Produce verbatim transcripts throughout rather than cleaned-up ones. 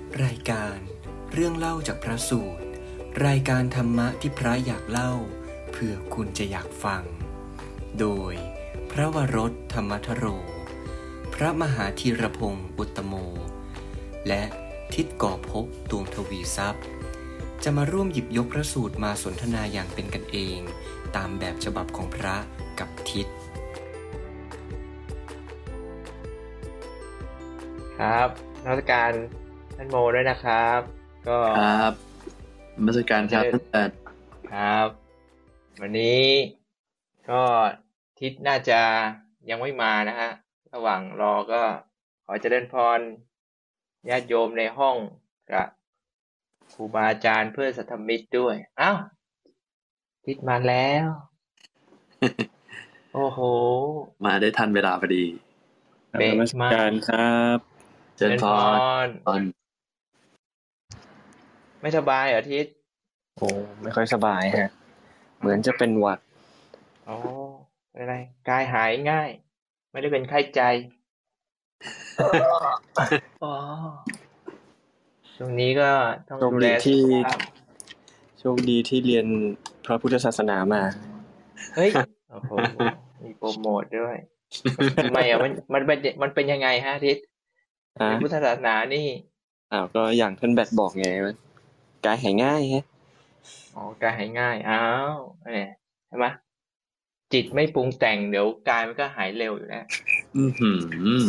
รายการเรื่องเล่าจากพระสูตรรายการธรรมะที่พระอยากเล่าเพื่อคุณจะอยากฟังโดยพระวรถธรรมทโรพระมหาธีรพงศ์อุตตโมและทิศก่อภพดวงทวีทรัพย์จะมาร่วมหยิบยกพระสูตรมาสนทนาอย่างเป็นกันเองตามแบบฉบับของพระกับทิศครับนมัสการท่านโมด้วยนะครับก็ครับนมัสการครับท่านอาจารย์ครับวันนี้ก็ทิศน่าจะยังไม่มานะฮะระหว่างรอก็ขอเจริญพรญาติโยมในห้องกับครูบาอาจารย์เพื่อนสัทธมิตรด้วยอ้าวทิศมาแล้ว โอ้โหมาได้ทันเวลาพอดีเบกมากครับเจริญพรไม่สบายเหรอทิศโอ้ไม่ค่อยสบายฮะเหมือนจะเป็นหวัดอ๋ออะไรกายหายง่ายไม่ได้เป็นไข้ใจอ๋อช่วงนี้ก็ต้องดูแลสุขภาพโชคดีที่เรียนพระพุทธศาสนามาเฮ้ยโอ้โหมีโปรโมทด้วยทำไมอ่ะมันมันเป็นมันเป็นยังไงฮะทิศในพุทธศาสนานี่อ้าวก็อย่างท่านแบกบอกไงว่ากายหายง่ายฮะอ๋อกายหายง่ายอ้าวเนี่ยใช่ไหมจิตไม่ปรุงแต่งเดี๋ยวกายมันก็หายเร็วอยู่แล้วอือหือ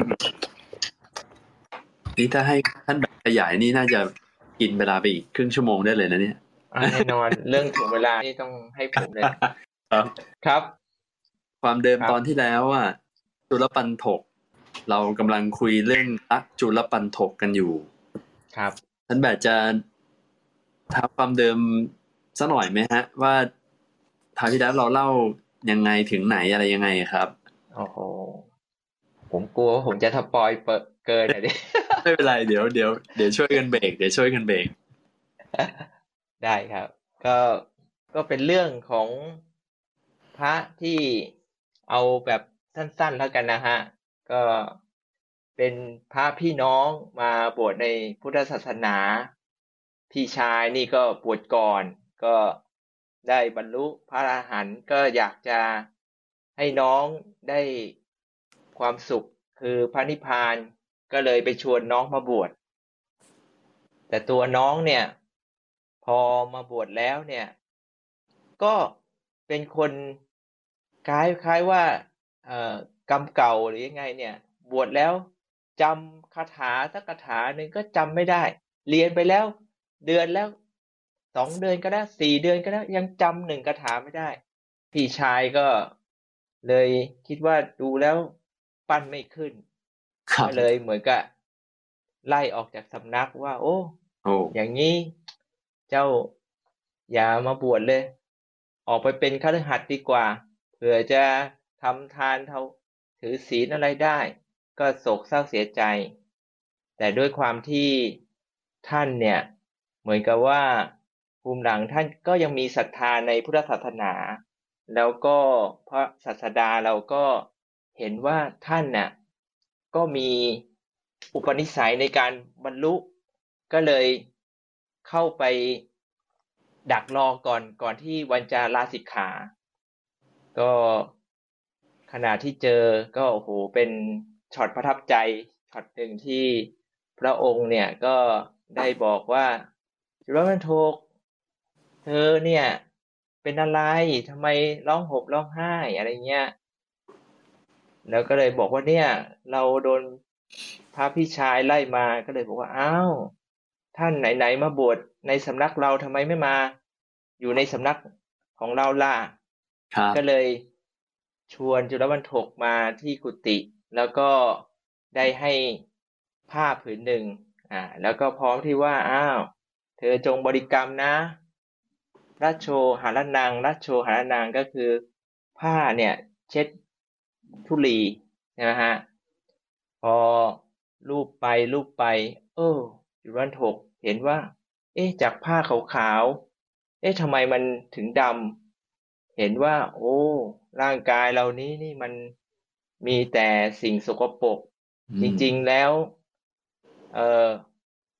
นี่ถ้าให้ท่านแบกขยายนี่น่าจะกินเวลาไปอีกครึ่งชั่วโมงได้เลยนะเนี่ยแน่นอนเรื่องถึงเวลานี่ต้องให้ผมเลยครับครับความเดิมตอนที่แล้วอ่ะจุลปันถกเรากำลังคุยเรื่องอักจุลปันถกกันอยู่ครับท่านแบบจะถามความเดิมสักหน่อยไหมฮะว่าท้ายที่แล้วเราเล่ายังไงถึงไหนอะไรยังไงครับโอ้โหผมกลัวว่าผมจะสปอยเกินอ่ะดิไม่เป็นไรเดี๋ยวเดี๋ยวเดี๋ยวช่วยกันเบรกเดี๋ยวช่วยกันเบรกได้ครับก็ก็เป็นเรื่องของพระที่เอาแบบสั้นๆแล้วกันนะฮะก็เป็นพระพี่น้องมาบวชในพุทธศาสนาพี่ชายนี่ก็บวชก่อนก็ได้บรรลุพระอรหันต์ก็อยากจะให้น้องได้ความสุขคือพระนิพพานก็เลยไปชวนน้องมาบวชแต่ตัวน้องเนี่ยพอมาบวชแล้วเนี่ยก็เป็นคนคล้ายๆว่าเอ่อกรรมเก่าหรือยังไงเนี่ยบวชแล้วจำคาถาสักคาถาหนึ่งก็จำไม่ได้เรียนไปแล้วเดือนแล้วสองเดือนก็ได้สี่เดือนก็ได้ยังจำหนึ่งคาถาไม่ได้พี่ชายก็เลยคิดว่าดูแล้วปั้นไม่ขึ้นก็เลยเหมือนกับไล่ออกจากสำนักว่าโอ้อย่างนี้เจ้าอย่ามาบวชเลยออกไปเป็นคฤหัสถ์ดีกว่าเผื่อจะทำทานเท่าถือศีลอะไรได้ก็โศกเศร้าเสียใจแต่ด้วยความที่ท่านเนี่ยเหมือนกับว่าภูมิหลังท่านก็ยังมีศรัทธาในพุทธศาสนาแล้วก็พระศาสดาเราก็เห็นว่าท่านน่ะก็มีอุปนิสัยในการบรรลุก็เลยเข้าไปดักรอก่อนก่อนที่วันจะลาสิกขาก็ขณะที่เจอก็โอ้โหเป็นช็อตประทับใจช็อตหนึ่งที่พระองค์เนี่ยก็ได้บอกว่าจุลปันถกเธอเนี่ยเป็นอะไรทำไมร้องห่มร้องไห้อะไรเงี้ยแล้วก็เลยบอกว่าเนี่ยเราโดนพระพี่ชายไล่มาก็เลยบอกว่าอ้าวท่านไหนๆมาบวชในสำนักเราทำไมไม่มาอยู่ในสำนักของเราล่ะก็เลยชวนจุลปันถกมาที่กุฏิแล้วก็ได้ให้ผ้าผืนหนึ่งอ่าแล้วก็พร้อมที่ว่าอ้าวเธอจงบริกรรมนะรัชโชหารนังรัชโชหารนังก็คือผ้าเนี่ยเช็ดธุลีนะฮะพอลูบไปลูบไปเออจุลปันถกเห็นว่าเอ๊ะจากผ้าขาวๆเอ๊ะทำไมมันถึงดำเห็นว่าโอ้ร่างกายเรานี้นี่มันมีแต่สิ่งสกปรกจริงๆแล้วเอ่อ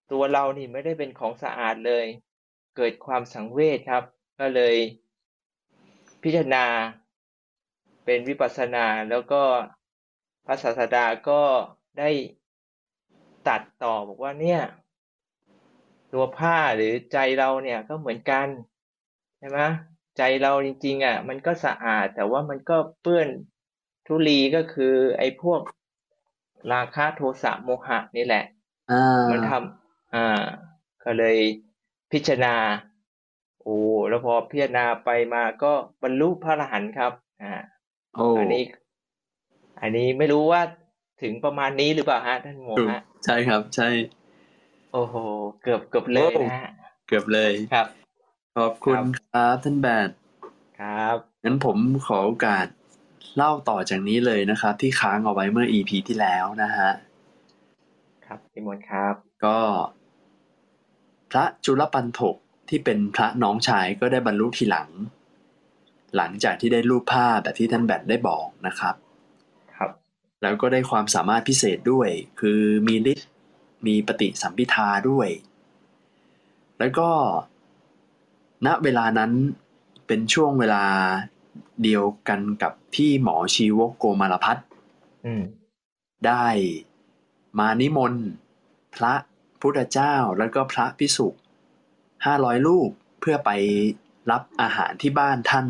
ตัวเรานี่ไม่ได้เป็นของสะอาดเลยเกิดความสังเวชครับก็เลยพิจารณาเป็นวิปัสสนาแล้วก็พระศาสดาก็ได้ตรัสต่อบอกว่าเนี่ยตัวผ้าหรือใจเราเนี่ยก็เหมือนกันใช่ไหมใจเราจริงๆอ่ะมันก็สะอาดแต่ว่ามันก็เปื้อนธุลีก็คือไอ้พวกราคะโทสะโมหะนี่แหละอ่ามันทำอ่าก็เลยพิจารณาโอ้แล้วพอพิจารณาไปมาก็บรรลุพระอรหันต์ครับอ่าโอ้อันนี้ อันนี้ไม่รู้ว่าถึงประมาณนี้หรือเปล่าฮะท่านโมฮะใช่ครับใช่โอ้โหเกือบเกือบเลยนะฮะเกือบเลยครับขอบคุณครับท่านแบดครับงั้นผมขอโอกาสเล่าต่อจากนี้เลยนะครับที่ค้างเอาไว้เมื่อ อี พี ที่แล้วนะฮะครับนิมนต์ครับก็พระจุลปันถกที่เป็นพระน้องชายก็ได้บรรลุทีหลังหลังจากที่ได้รูปผ้าแบบที่ท่านแบดได้บอกนะครับครับแล้วก็ได้ความสามารถพิเศษด้วยคือมีฤทธิ์มีปฏิสัมภิทาด้วยแล้วก็ณเวลานั้นเป็นช่วงเวลาเดียวกันกับที่หมอชีวกโกมารพัฒน์ได้มานิมนต์พระพุทธเจ้าแล้วก็พระภิกษุห้าร้อยรูปเพื่อไปรับอาหารที่บ้านท่าน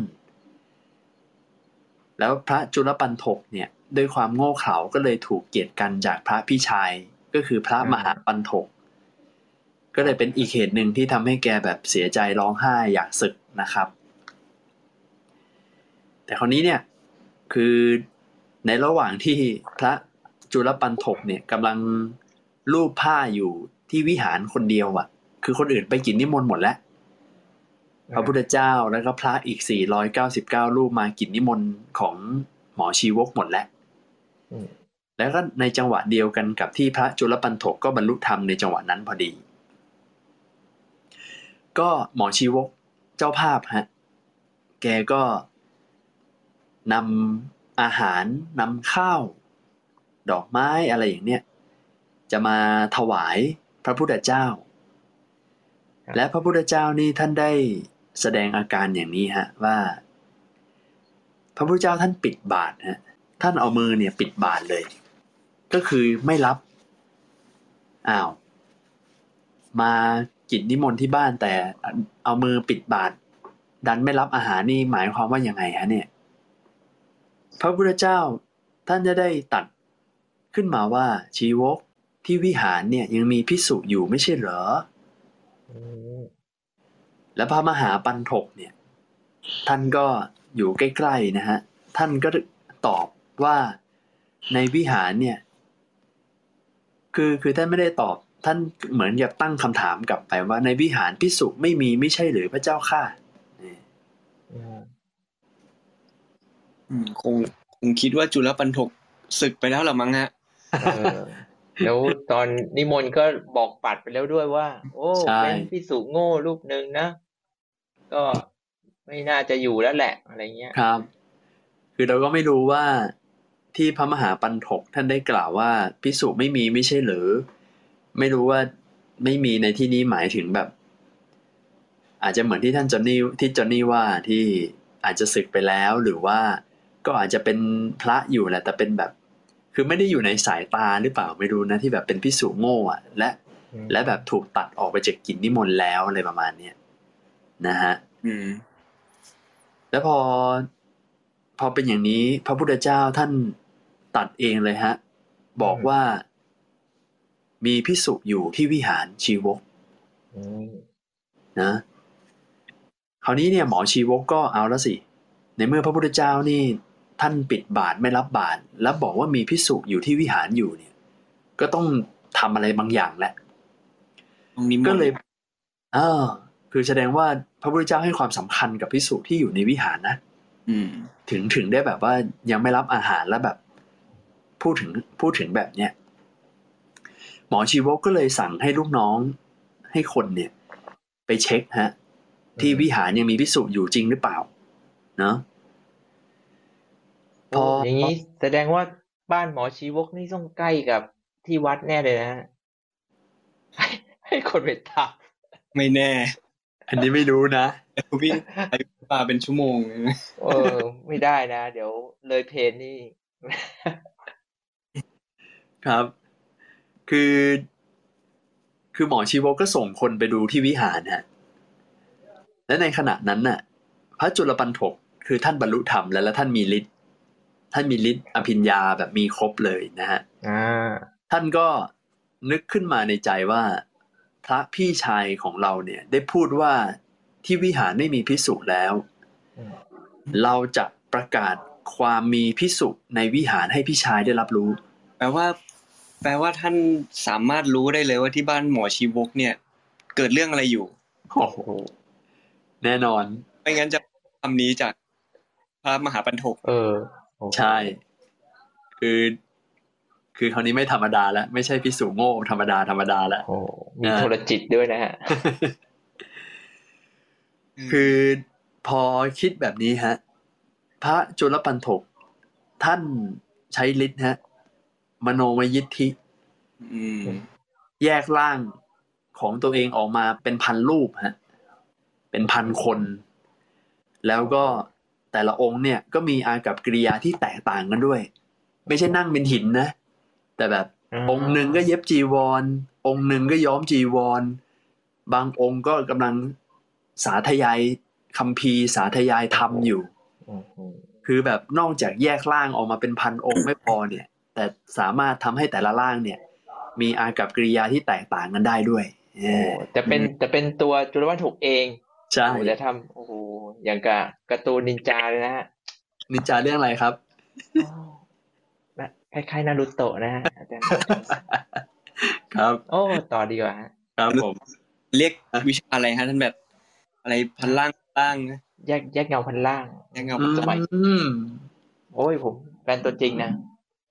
แล้วพระจุลปันถกเนี่ยด้วยความโง่เขลาก็เลยถูกเกียรติกันจากพระพี่ชายก็คือพระมหาปันถกก็เลยเป็นอีกเหตุหนึ่งที่ทำให้แกแบบเสียใจร้องไห้อยากสึกนะครับแต่คราวนี้เนี่ยคือในระหว่างที่พระจุลปันถกเนี่ยกำลังลูบผ้าอยู่ที่วิหารคนเดียวอ่ะคือคนอื่นไปกินนิมนต์หมดแล้วพระพุทธเจ้าแล้วก็พระอีกสี่ร้อยเก้าสิบเก้ารูปมากินนิมนต์ของหมอชีวกหมดแล้วแล้วก็ในจังหวะเดียวกันกับที่พระจุลปันถกก็บรรลุธรรมในจังหวะนั้นพอดีก็หมอชีวกเจ้าภาพฮะแกก็นำอาหารนำข้าวดอกไม้อะไรอย่างเนี้ยจะมาถวายพระพุทธเจ้าและพระพุทธเจ้านี่ท่านได้แสดงอาการอย่างนี้ฮะว่าพระพุทธเจ้าท่านปิดบาตรฮะท่านเอามือเนี่ยปิดบาตรเลยก็คือไม่รับอ้าวมากินนิมนต์ที่บ้านแต่เอามือปิดบาตรดันไม่รับอาหารนี่หมายความว่ายังไงฮะเนี่ยพระพุทธเจ้าท่านจะได้ตัดขึ้นมาว่าชีวกที่วิหารเนี่ยยังมีภิกษุอยู่ไม่ใช่เหรอและพระมหาปันถกเนี่ยท่านก็อยู่ใกล้ๆนะฮะท่านก็ตอบว่าในวิหารเนี่ยคือคือท่านไม่ได้ตอบท่านเหมือนกับตั้งคำถามกลับไปว่าในวิหารภิกษุไม่มีไม่ใช่หรือพระเจ้าข้าอืมคงคงคิดว่าจุลปันถกศึกไปแล้วหรอมั้งฮะแล้วตอนนิมนต์ก็บอกปัดไปแล้วด้วยว่าโอ้เป็นภิกษุโง่รูปนึงนะก็ไม่น่าจะอยู่แล้วแหละอะไรเงี้ยครับคือเราก็ไม่รู้ว่าที่พระมหาปันถกท่านได้กล่าวว่าภิกษุไม่มีไม่ใช่หรือไม่รู้ว่าไม่มีในที่นี้หมายถึงแบบอาจจะเหมือนที่ท่านจอนนี่ที่จอนนี่ว่าที่อาจจะสึกไปแล้วหรือว่าก็อาจจะเป็นพระอยู่แหละแต่เป็นแบบคือไม่ได้อยู่ในสายตาหรือเปล่าไม่รู้นะที่แบบเป็นภิกษุโง่อะและและแบบถูกตัดออกไปจากกิจนิมนต์แล้วอะไรประมาณเนี้ยนะฮะอืมแล้วพอพอเป็นอย่างนี้พระพุทธเจ้าท่านตัดเองเลยฮะบอกว่ามีภิกษุอยู่ที่วิหารชีวกนะคราวนี้เนี่ยหมอชีวกก็เอาแล้วสิในเมื่อพระพุทธเจ้านี่ท่านปิดบาตรไม่รับบาตรแล้วบอกว่ามีภิกษุอยู่ที่วิหารอยู่เนี่ยก็ต้องทำอะไรบางอย่างแหละก็เลยเออคือแสดงว่าพระพุทธเจ้าให้ความสำคัญกับภิกษุที่อยู่ในวิหารนะถึงถึงได้แบบว่ายังไม่รับอาหารแล้วแบบพูดถึงพูดถึงแบบเนี้ยหมอชีวกก็เลยสั่งให้ลูกน้องให้คนเนี่ยไปเช็คฮะที่วิหารยังมีภิกษุอยู่จริงหรือเปล่าเนาะพออย่างนี้แสดงว่าบ้านหมอชีวกนี่ต้องใกล้กับที่วัดแน่เลยนะให้คนไปตามไม่แน่อันนี้ไม่รู้นะวิ่งไปป่าเป็นชั่วโมงเออไม่ได้นะเดี๋ยวเลยเพนนี่ครับคือคือหมอชีวกก็ส่งคนไปดูที่วิหารฮะและในขณะนั้นน่ะพระจุลปันถกคือท่านบรรลุธรรมแล้วและท่านมีฤทธิ์ท่านมีฤทธิ์อภิญญาแบบมีครบเลยนะฮะท่านก็นึกขึ้นมาในใจว่าพระพี่ชายของเราเนี่ยได้พูดว่าที่วิหารไม่มีภิกษุแล้วเราจะประกาศความมีภิกษุในวิหารให้พี่ชายได้รับรู้แปลว่าแปลว่าท่านสามารถรู้ได้เลยว่าที่บ้านหมอชีวกเนี่ยเกิดเรื่องอะไรอยู่โอ้โหแน่นอนไม่งั้นจะคำนี้จากพระมหาปันถกเออใช่คือคือคราวนี้ไม่ธรรมดาแล้วไม่ใช่ภิกษุโง่ธรรมดาธรรมดาแล้วโอ้มีโทรจิตด้วยนะฮะคือพอคิดแบบนี้ฮะพระจุลปันถกท่านใช้ฤทธิ์ฮะมโนมยิทธิแยกร่างของตัวเองออกมาเป็นพันรูปฮะเป็นพันคนแล้วก็แต่ละองค์เนี่ยก็มีอากัปกิริยาที่แตกต่างกันด้วยไม่ใช่นั่งเป็นหินนะแต่แบบองค์หนึ่งก็เย็บจีวรองค์หนึ่งก็ย้อมจีวรบางองค์ก็กำลังสาธยายคัมภีร์สาธยายธรรมอยู่คือแบบนอกจากแยกร่างออกมาเป็นพันองค์ไม่พอเนี่ยแต่สามารถทำให้แต่ละร่างเนี่ยมีอากัปกิริยาที่แตกต่างกันได้ด้วยจะเป็นจะเป็นตัวจุลปันถกเองใช่จะทำโอ้โหอย่างกับการ์ตูนนินจาเลยนะฮะนินจาเรื่องอะไรครับคล้ายๆนารูโตะนะฮะอาจารย์ครับโอ้ต่อดีกว่าฮะครับผมเรียกวิชาอะไรฮะท่านแบบอะไรพันล่างล่างนะแยกแยกเงาพันล่างแยกเงาพันสมัยโอ้ยผมแฟนตัวจริงนะ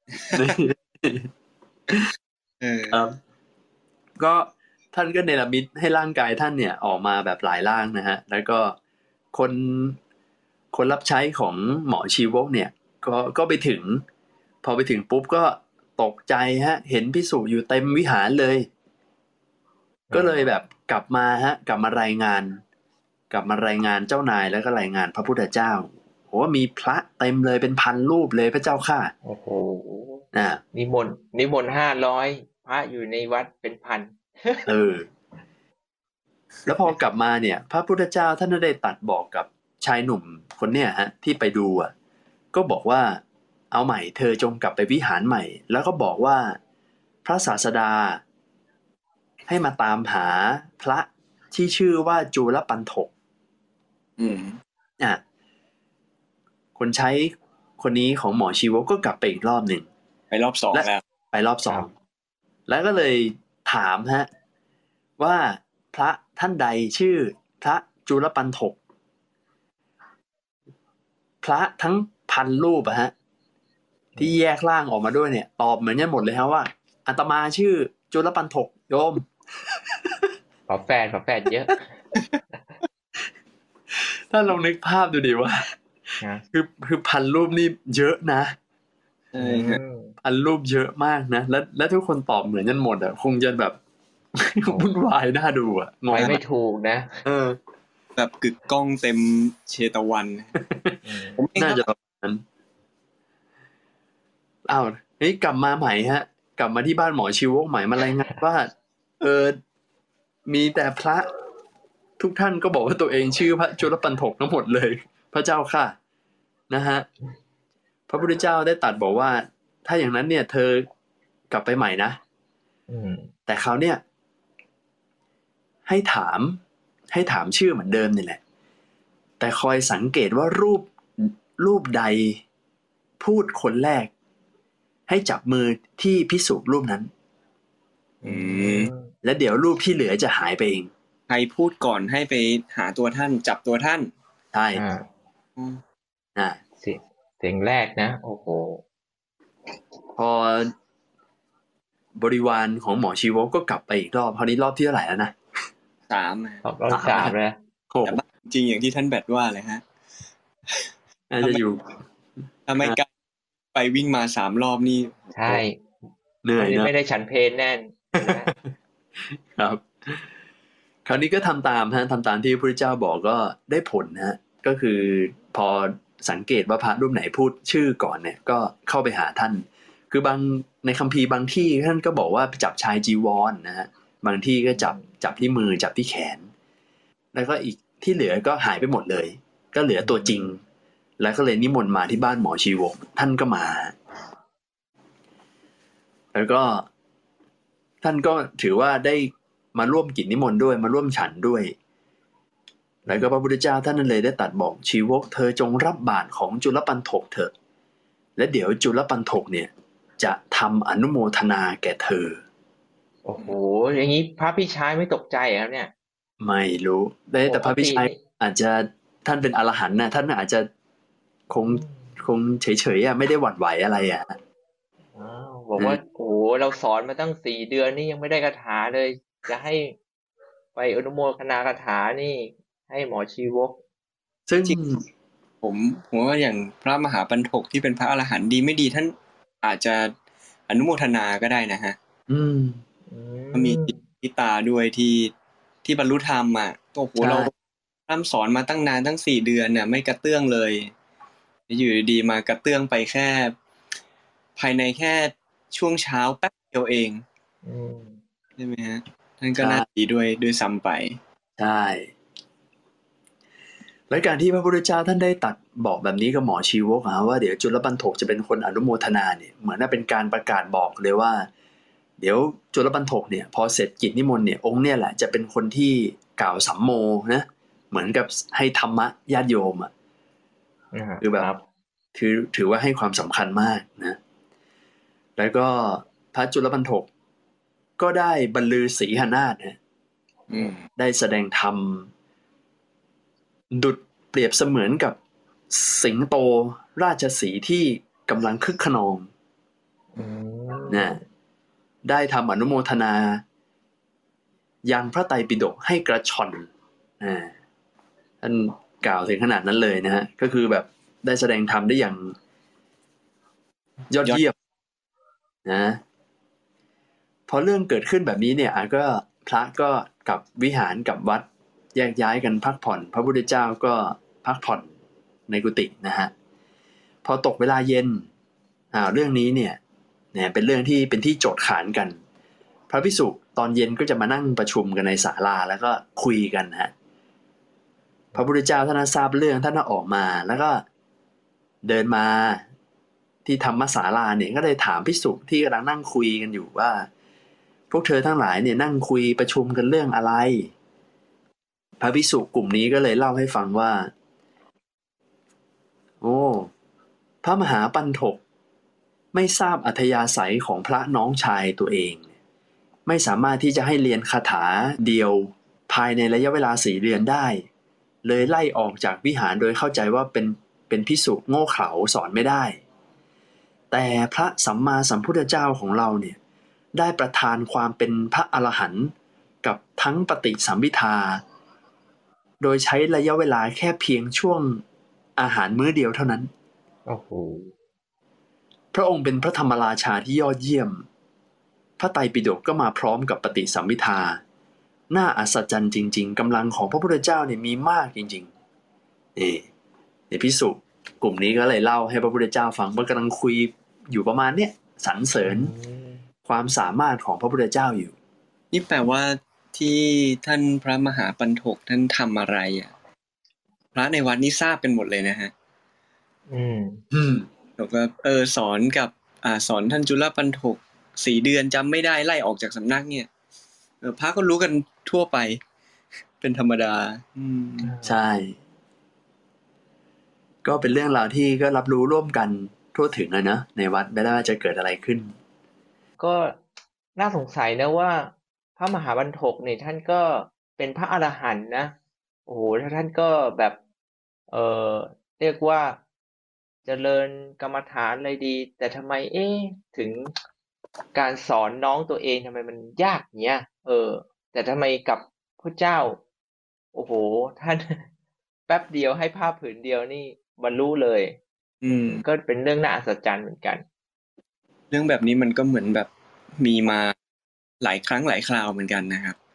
เออครับก็ท่านก็เนรมิตให้ร่างกายท่านเนี่ยออกมาแบบหลายร่างนะฮะแล้วก็คนคนรับใช้ของหมอชีวกเนี่ยก็ก็ไปถึงพอไปถึงปุ๊บก็ตกใจฮะเห็นภิกษุอยู่เต็มวิหารเลยก็เลยแบบกลับมาฮะกลับมารายงานกลับมารายงานเจ้านายแล้วก็รายงานพระพุทธเจ้าโหมีพระเต็มเลยเป็นพันรูปเลยพระเจ้าค่ะโอ้โหอ่านิมนต์นิมนต์ห้าร้อยพระอยู่ในวัดเป็นพันเออแล้วพอกลับมาเนี่ยพระพุทธเจ้าท่านได้ตรัสบอกกับชายหนุ่มคนเนี้ยฮะที่ไปดูอ่ะก็บอกว่าเอาใหม่เธอจงกลับไปวิหารใหม่แล้วก็บอกว่าพระศาสดาให้มาตามหาพระที่ชื่อว่าจุลปันถกอืมอ่ะคนใช้คนนี้ของหมอชีวกก็กลับไปอีกรอบหนึ่งไปรอบสองแล้วไปรอบสองแล้วก็เลยถามฮะว่าพระท่านใดชื่อพระจุลปันถกพระทั้งพันรูปอะฮะที่แยกร่างออกมาด้วยเนี่ยตอบเหมือนกันหมดเลยครับว่าอาตมาชื่อจุลปันถกโยมขอแฟนขอแฟนเยอะถ้าลองนึกภาพดูดิว่าคือคือพันรูปนี่เยอะนะใช่ครับพันรูปเยอะมากนะแล้วแล้วทุกคนตอบเหมือนกันหมดอ่ะคงจะแบบวุ่นวายน่าดูอ่ะงงไม่ถูกนะเออแบบกึกก้องเต็มเชตวันผมน่าจะประมาณนั้นอ้าวเฮ้ยกลับมาใหม่ฮะกลับมาที่บ้านหมอชีวกใหม่มารายงานว่าเออมีแต่พระทุกท่านก็บอกว่าตัวเองชื่อพระจุลปันถกทั้งหมดเลยพระเจ้าค่ะนะฮะพระพุทธเจ้าได้ตรัสบอกว่าถ้าอย่างนั้นเนี่ยเธอกลับไปใหม่นะแต่เขาเนี่ยให้ถามให้ถามชื่อเหมือนเดิมนี่แหละแต่คอยสังเกตว่ารูปรูปใดพูดคนแรกให้จับมือที่ภิกษุรูปนั้นและเดี๋ยวรูปที่เหลือจะหายไปเองใครพูดก่อนให้ไปหาตัวท่านจับตัวท่านใช่อ่าเสียงเสียงแรกนะโอ้โหพอบริวารของหมอชีวกก็กลับไปอีกรอบคราวนี้รอบที่เท่าไหร่แล้วนะสามรอบสามเลยแต่จริงอย่างที่ท่านแบทว่าเลยฮะน่าจะอยู่ทำไมกลับไปวิ่งมาสามรอบนี่ใช่เหนื่อยนะไม่ได้ฉันเพลแน่นครับคราวนี้ก็ทำตามฮะทำตามที่พระพุทธเจ้าบอกก็ได้ผลนะฮะก็คือพอสังเกตว่าพระรูปไหนพูดชื่อก่อนเนี่ยก็เข้าไปหาท่านคือบางในคัมภีร์บางที่ท่านก็บอกว่าจับชายจีวร นะฮะบางที่ก็จับจับที่มือจับที่แขนแล้วก็อีกที่เหลือก็หายไปหมดเลยก็เหลือตัวจริงแล้วก็เลยนิมนต์มาที่บ้านหมอชีวกท่านก็มาแล้วก็ท่านก็ถือว่าได้มาร่วมกิจนิมนต์ด้วยมาร่วมฉันด้วยแล้วก็พระพุทธเจ้าท่านนั้นเลยได้ตรัสบอกชีวกเธอจงรับบาตรของจุลปันถกเถอะและเดี๋ยวจุลปันถกเนี่ยจะทำอนุโมทนาแก่เธอโอ้โหอย่างนี้พระพี่ชายไม่ตกใจเหรอเนี่ยไม่รู้แต่พระพี่ชายอาจจะท่านเป็นอรหันต์นะท่านอาจจะคงคงเฉยๆอ่ะไม่ได้หวั่นไหวอะไรอ่ะบอกว่าโอ้โหเราสอนมาตั้งสี่เดือนนี่ยังไม่ได้คาถาเลยจะให้ไปอนุโมทนาคาถานี่ให้หมอชีวกซึ่งผมผมว่าอย่างพระมหาปันถกที่เป็นพระอรหันต์ดีไม่ดีท่านอาจจะอนุโมทนาก็ได้นะฮะอืมก็มีทิตาด้วยที่ที่บรรลุธรรมอ่ะโอ้โหเราร่ำสอนมาตั้งนานตั้งสี่เดือนเนี่ยไม่กระเตื้องเลยอยู่ดีๆมากระเตื้องไปแค่ภายในแค่ช่วงเช้าแป๊บเดียวเองใช่ไหมฮะท่านก็น่าดีด้วยด้วยซ้ำไปใช่และการที่พระพุทธเจ้าท่านได้ตัดบอกแบบนี้กับหมอชีวกว่าเดี๋ยวจุลปันถกจะเป็นคนอนุโมทนาเนี่ยเหมือนน่าเป็นการประกาศบอกเลยว่าเดี๋ยวจุลปันถกเนี่ยพอเสร็จกิจนิมนต์เนี่ยองค์เนี่ยแหละจะเป็นคนที่กล่าวสัมโมนะเหมือนกับให้ธรรมะญาติโยมอ่ะคือแบบถือถือว่าให้ความสำคัญมากนะแล้วก็พระจุลปันถกก็ได้บรรลือสีหนาฏนะได้แสดงธรรมดุจเปรียบเสมือนกับสิงโตราชสีห์ที่กำลังคึกขนองนะได้ทำอนุโมทนายังพระไตรปิฎกให้กระชอนอ่าท่านกล่าวถึงขนาดนั้นเลยนะฮะก็คือแบบได้แสดงธรรมได้อย่างยอดเยี่ยมนะพอเรื่องเกิดขึ้นแบบนี้เนี่ยอ่ะก็พระก็กลับวิหารกลับวัดแยกย้ายกันพักผ่อนพระพุทธเจ้าก็พักผ่อนในกุฏินะฮะพอตกเวลาเย็นอ่าเรื่องนี้เนี่ยเนี่ยเป็นเรื่องที่เป็นที่โจทย์ขานกันพระภิกษุตอนเย็นก็จะมานั่งประชุมกันในศาลาแล้วก็คุยกันฮะพระพุทธเจ้าท่านทราบเรื่องท่านออกมาแล้วก็เดินมาที่ธรรมศาลาเนี่ยก็เลยถามภิกษุที่กำลังนั่งคุยกันอยู่ว่าพวกเธอทั้งหลายเนี่ยนั่งคุยประชุมกันเรื่องอะไรพระภิกษุกลุ่มนี้ก็เลยเล่าให้ฟังว่าโอ้พระมหาปันถกไม่ทราบอัธยาศัยของพระน้องชายตัวเองไม่สามารถที่จะให้เรียนคาถาเดียวภายในระยะเวลาสี่เดือนได้เลยไล่ออกจากวิหารโดยเข้าใจว่าเป็นเป็นภิกษุโง่เขลาสอนไม่ได้แต่พระสัมมาสัมพุทธเจ้าของเราเนี่ยได้ประทานความเป็นพระอรหันต์กับทั้งปฏิสัมภิทาโดยใช้ระยะเวลาแค่เพียงช่วงอาหารมื้อเดียวเท่านั้นโอ้โหพระองค์เป็นพระธรรมราชาที่ยอดเยี่ยมพระไตรปิฎกก็มาพร้อมกับปฏิสัมภิทาน่าอัศจรรย์จริงๆกำลังของพระพุทธเจ้าเนี่ยมีมากจริงๆนี่เดี๋ยวภิกษุกลุ่มนี้ก็เลยเล่าให้พระพุทธเจ้าฟังว่ากำลังคุยอยู่ประมาณเนี้ยสรรเสริญความสามารถของพระพุทธเจ้าอยู่นี่แปลว่าที่ท่านพระมหาปันถกท่านทำอะไรอ่ะพระในวัดนี่ทราบกันหมดเลยนะฮะอืมอืมแล้วก็เออสอนกับอ่าสอนท่านจุลปันถกสี่เดือนจำไม่ได้ไล่ออกจากสำนักเนี่ยเออพระก็รู้กันทั่วไปเป็นธรรมดาอืมใช่ก็เป็นเรื่องราวที่ก็รับรู้ร่วมกันทั่วถึงเลยนะในวัดไม่ได้ว่าจะเกิดอะไรขึ้นก็น่าสงสัยนะว่าพระมหาปันถกเนี่ยท่านก็เป็นพระอรหันต์นะโอ้โหถ้าท่านก็แบบเออเรียกว่าเจริญกรรมฐานอะไรดีแต่ทำไมเอ๊ะถึงการสอนน้องตัวเองทำไมมันยากเนี้ยเออแต่ทำไมกับพระเจ้าโอ้โหท่านแป๊บเดียวให้ผ้าผืนเดียวนี่บรรลุเลยอืมก็เป็นเรื่องน่าอัศจรรย์เหมือนกันเรื่องแบบนี้มันก็เหมือนแบบมีมาหลายครั้งหลายคราวเหมือนกันนะครับ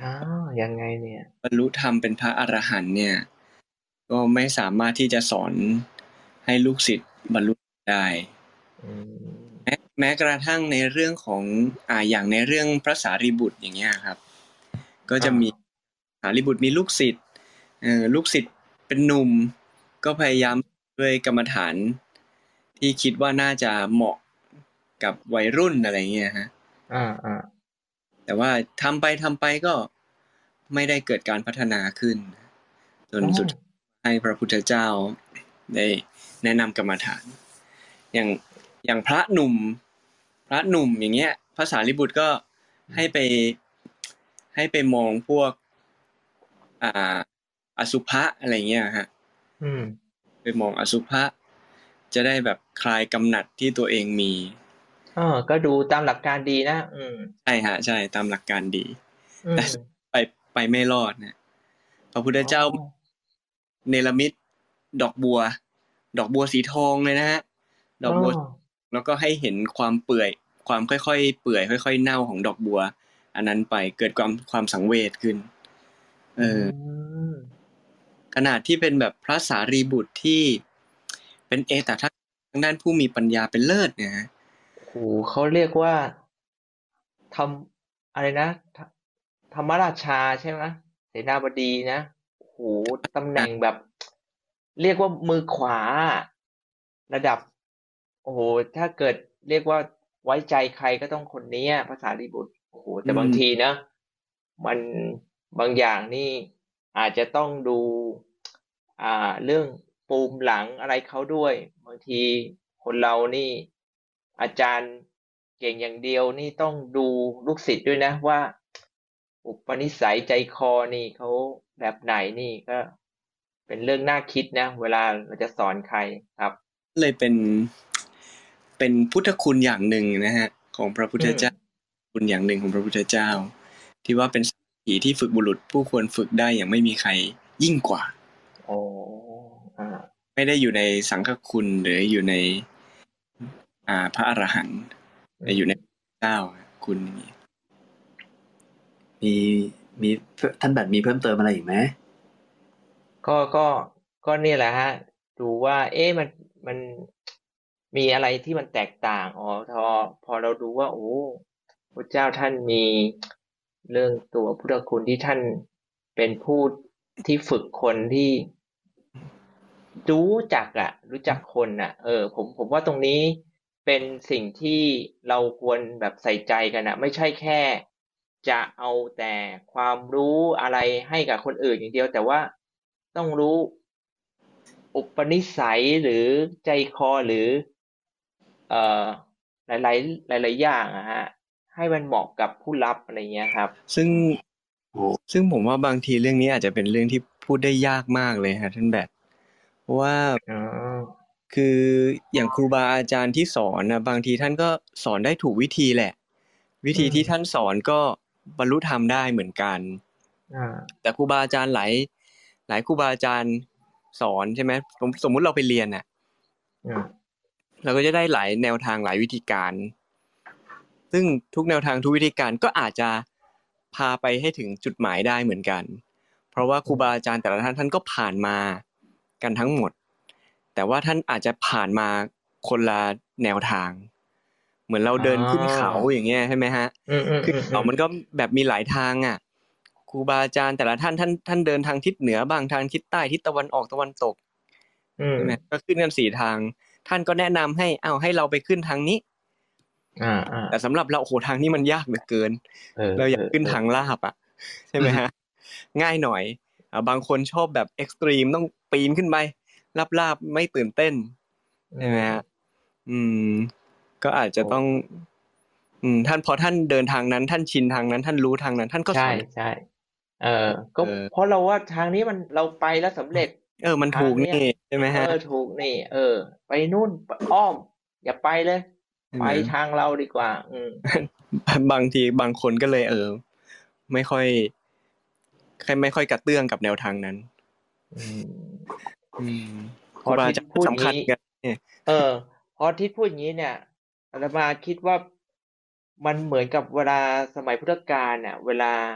อ้าวยังไงเนี่ยบรรลุธรรมเป็นพระอรหันต์เนี่ยก็ไม่สามารถที่จะสอนให้ลูกศิษย์บรรลุได้อืมแม้แม้กระทั่งในเรื่องของอ่าอย่างในเรื่องพระสารีบุตรอย่างเงี้ยครับก็จะมีสารีบุตรมีลูกศิษย์เอ่อลูกศิษย์เป็นหนุ่มก็พยายามด้วยกรรมฐานที่คิดว่าน่าจะเหมาะกับวัยรุ่นอะไรเงี้ยฮะอ่าอ่าแต่ว่าทำไปทำไปก็ไม่ได้เกิดการพัฒนาขึ้นจนสุดให้พระพุทธเจ้าได้แนะนำกรรมฐานอย่างอย่างพระหนุ่มพระหนุ่มอย่างเงี้ยพระสารีบุตรก็ให้ไปให้ไปมองพวกอ่าอสุภะอะไรเงี้ยฮะอืมไปมองอสุภะจะได้แบบคลายกำหนัดที่ตัวเองมีเออก็ดูตามหลักการดีนะอืมใช่ฮะใช่ตามหลักการดีอืมแต่ไปไปไม่รอดนะพระพุทธเจ้าอ๋อเนรมิตดอกบัว ดอกบัวสีทองเลยนะฮะดอกบัวอ๋อแล้วก็ให้เห็นความเปื่อยความค่อยๆเปื่อยค่อยๆเน่าของดอกบัว อันนั้นไปเกิดความความสังเวชขึ้นเออมขนาดที่เป็นแบบพระสารีบุตรที่เป็นเอตทัคคะทางด้านผู้มีปัญญาเป็นเลิศเนี่ยฮะโหเขาเรียกว่าทำอะไรนะธธรรมราชาใช่ไหมเสนาบดีนะโหตำแหน่งแบบ เรียกว่ามือขวาระดับโอ้โหถ้าเกิดเรียกว่าไว้ใจใครก็ต้องคนนี้ภาษาลีบุตรโอ้โหแต่บางทีนะมันบางอย่างนี่อาจจะต้องดูอ่าเรื่องปูมหลังอะไรเขาด้วยบางทีคนเรานี่อาจารย์เก่งอย่างเดียวนี่ต้องดูลูกศิษย์ด้วยนะว่าอุปนิสัยใจคอนี่เขาแบบไหนนี่ก็เป็นเรื่องน่าคิดนะเวลาเราจะสอนใครครับเลยเป็นเป็นพุทธคุณอย่างหนึ่งนะฮะของพระพุทธเจ้าคุณอย่างหนึ่งของพระพุทธเจ้าที่ว่าเป็นสีที่ฝึกบุรุษผู้ควรฝึกได้อย่างไม่มีใครยิ่งกว่าโอ้อ่าไม่ได้อยู่ในสังฆคุณหรืออยู่ในอ่าพระอรหันต์แต่อยู่ในเจ้าคุณอย่างนี้มีมีท่านแบบมีเพิ่มเติมอะไรอีกไหมก็ก็ก็นี่แหละฮะดูว่าเอ๊ะมันมันมีอะไรที่มันแตกต่างอ๋อพอพอเราดูว่าโอ้พระเจ้าท่านมีเรื่องตัวพุทธคุณที่ท่านเป็นผู้ที่ฝึกคนที่รู้จักอ่ะรู้จักคนอ่ะเออผมผมว่าตรงนี้เป็นสิ่งที่เราควรแบบใส่ใจกันอ่ะไม่ใช่แค่จะเอาแต่ความรู้อะไรให้กับคนอื่นอย่างเดียวแต่ว่าต้องรู้อุปนิสัยหรือใจคอหรือเอ่อหลายๆหลายๆอย่างอะฮะให้มันเหมาะกับผู้รับอะไรเงี้ยครับซึ่งซึ่งผมว่าบางทีเรื่องนี้อาจจะเป็นเรื่องที่พูดได้ยากมากเลยฮะท่านแบบเพราะว่าคืออย่างครูบาอาจารย์ที่สอนนะบางทีท่านก็สอนได้ถูกวิธีแหละวิธีที่ท่านสอนก็บรรลุธรรมได้เหมือนกันแต่ครูบาอาจารย์หลายหลายครูบาอาจารย์สอนใช่ไหมสมมุติเราไปเรียนน่ะเราก็จะได้หลายแนวทางหลายวิธีการซึ่งทุกแนวทางทุกวิธีการก็อาจจะพาไปให้ถึงจุดหมายได้เหมือนกันเพราะว่าครูบาอาจารย์แต่ละท่านท่านก็ผ่านมากันทั้งหมดแต่ว่าท่านอาจจะผ่านมาคนละแนวทางเหมือนเราเดินขึ้นเขาอย่างเงี้ยใช่ไหมฮะขึ้นเขามันก็แบบมีหลายทางอ่ะครูบาอาจารย์แต่ละท่านท่านท่านเดินทางทิศเหนือบ้างทางทิศใต้ทิศตะวันออกตะวันตกใช่ไหมก็ขึ้นกันสี่ทางท่านก็แนะนำให้เอาให้เราไปขึ้นทางนี้แต่สำหรับเราโอ้โหทางนี้มันยากเหลือเกินเราอยากขึ้นทางลาบอ่ะใช่ไหมฮะง่ายหน่อยบางคนชอบแบบเอ็กซ์ตรีมต้องปีนขึ้นไปลาบๆไม่ตื่นเต้นใช่ไหมฮะอืมก็อาจจะต้องอืมท่านพอท่านเดินทางนั้นท่านชินทางนั้นท่านรู้ทางนั้นท่านก็สอนใช่ๆเออก็เพราะเราว่าทางนี้มันเราไปแล้วสำเร็จเออมันถูกนี่ใช่ไหมฮะเออถูกนี่เออไปนู่นอ้อมอย่าไปเลยไปทางเราดีกว่าอืมบางทีบางคนก็เลยเออไม่ค่อยใครไม่ค่อยกระเตื้องกับแนวทางนั้นอืมอืมครูบาอาจารย์สำคัญกันเออพอทิศพูดอย่างนี้เนี่ยอาตมาคิดว่ามันเหมือนกับเวลาสมัยพุทธกาลเนี่ยเวลา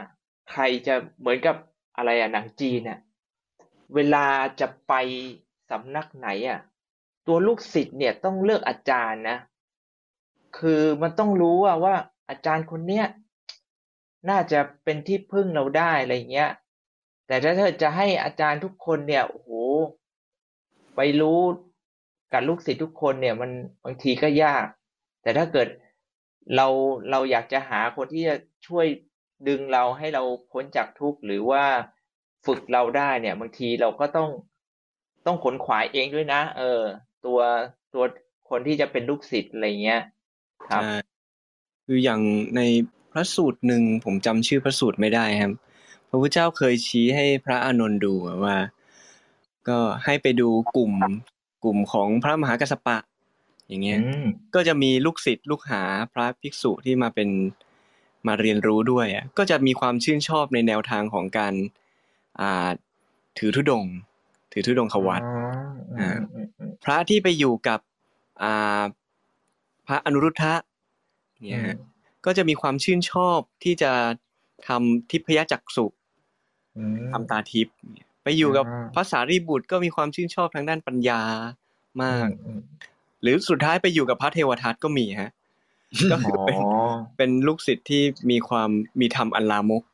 ใครจะเหมือนกับอะไรอ่ะหนังจีนน่ะเวลาจะไปสำนักไหนอ่ะตัวลูกศิษย์เนี่ยต้องเลือกอาจารย์นะคือมันต้องรู้ว่าว่าอาจารย์คนเนี้ยน่าจะเป็นที่พึ่งเราได้อะไรเงี้ยแต่ถ้าเธอจะให้อาจารย์ทุกคนเนี่ยโอ้โหไปรู้กับลูกศิษย์ทุกคนเนี่ยมันบางทีก็ยากแต่ถ้าเกิดเราเราอยากจะหาคนที่จะช่วยดึงเราให้เราพ้นจากทุกข์หรือว่าฝึกเราได้เนี่ยบางทีเราก็ต้องต้องขนขวายเองด้วยนะเออตัวตัวคนที่จะเป็นลูกศิษย์อะไรเงี้ยครับใช่คืออย่างในพระสูตรหนึ่งผมจำชื่อพระสูตรไม่ได้ครับพระพุทธเจ้าเคยชี้ให้พระอานนท์ดูว่า ก็ให้ไปดูกลุ่มกลุ่มของพระมหากัสสปะ อย่างเงี้ยก็จะมีลูกศิษย์ลูกหาพระภิกษุที่มาเป็นมาเรียนรู้ด้วยอ่ะก็จะมีความชื่นชอบในแนวทางของการอ่าถือธุดงค์ถือธุดงควัตรอ่าพระที่ไปอยู่กับอ่าพระอนุรุทธะเนี่ยฮะก็จะมีความชื่นชอบที่จะทำทิพยจักษุทำตาทิพย์ไปอยู่กับพระสารีบุตรก็มีความชื่นชอบทางด้านปัญญามากหรือสุดท้ายไปอยู่กับพระเทวทัตก็มีฮะก็คือเป็นเป็นลูกศิษย์ที่มีความมีธรรมอันลามก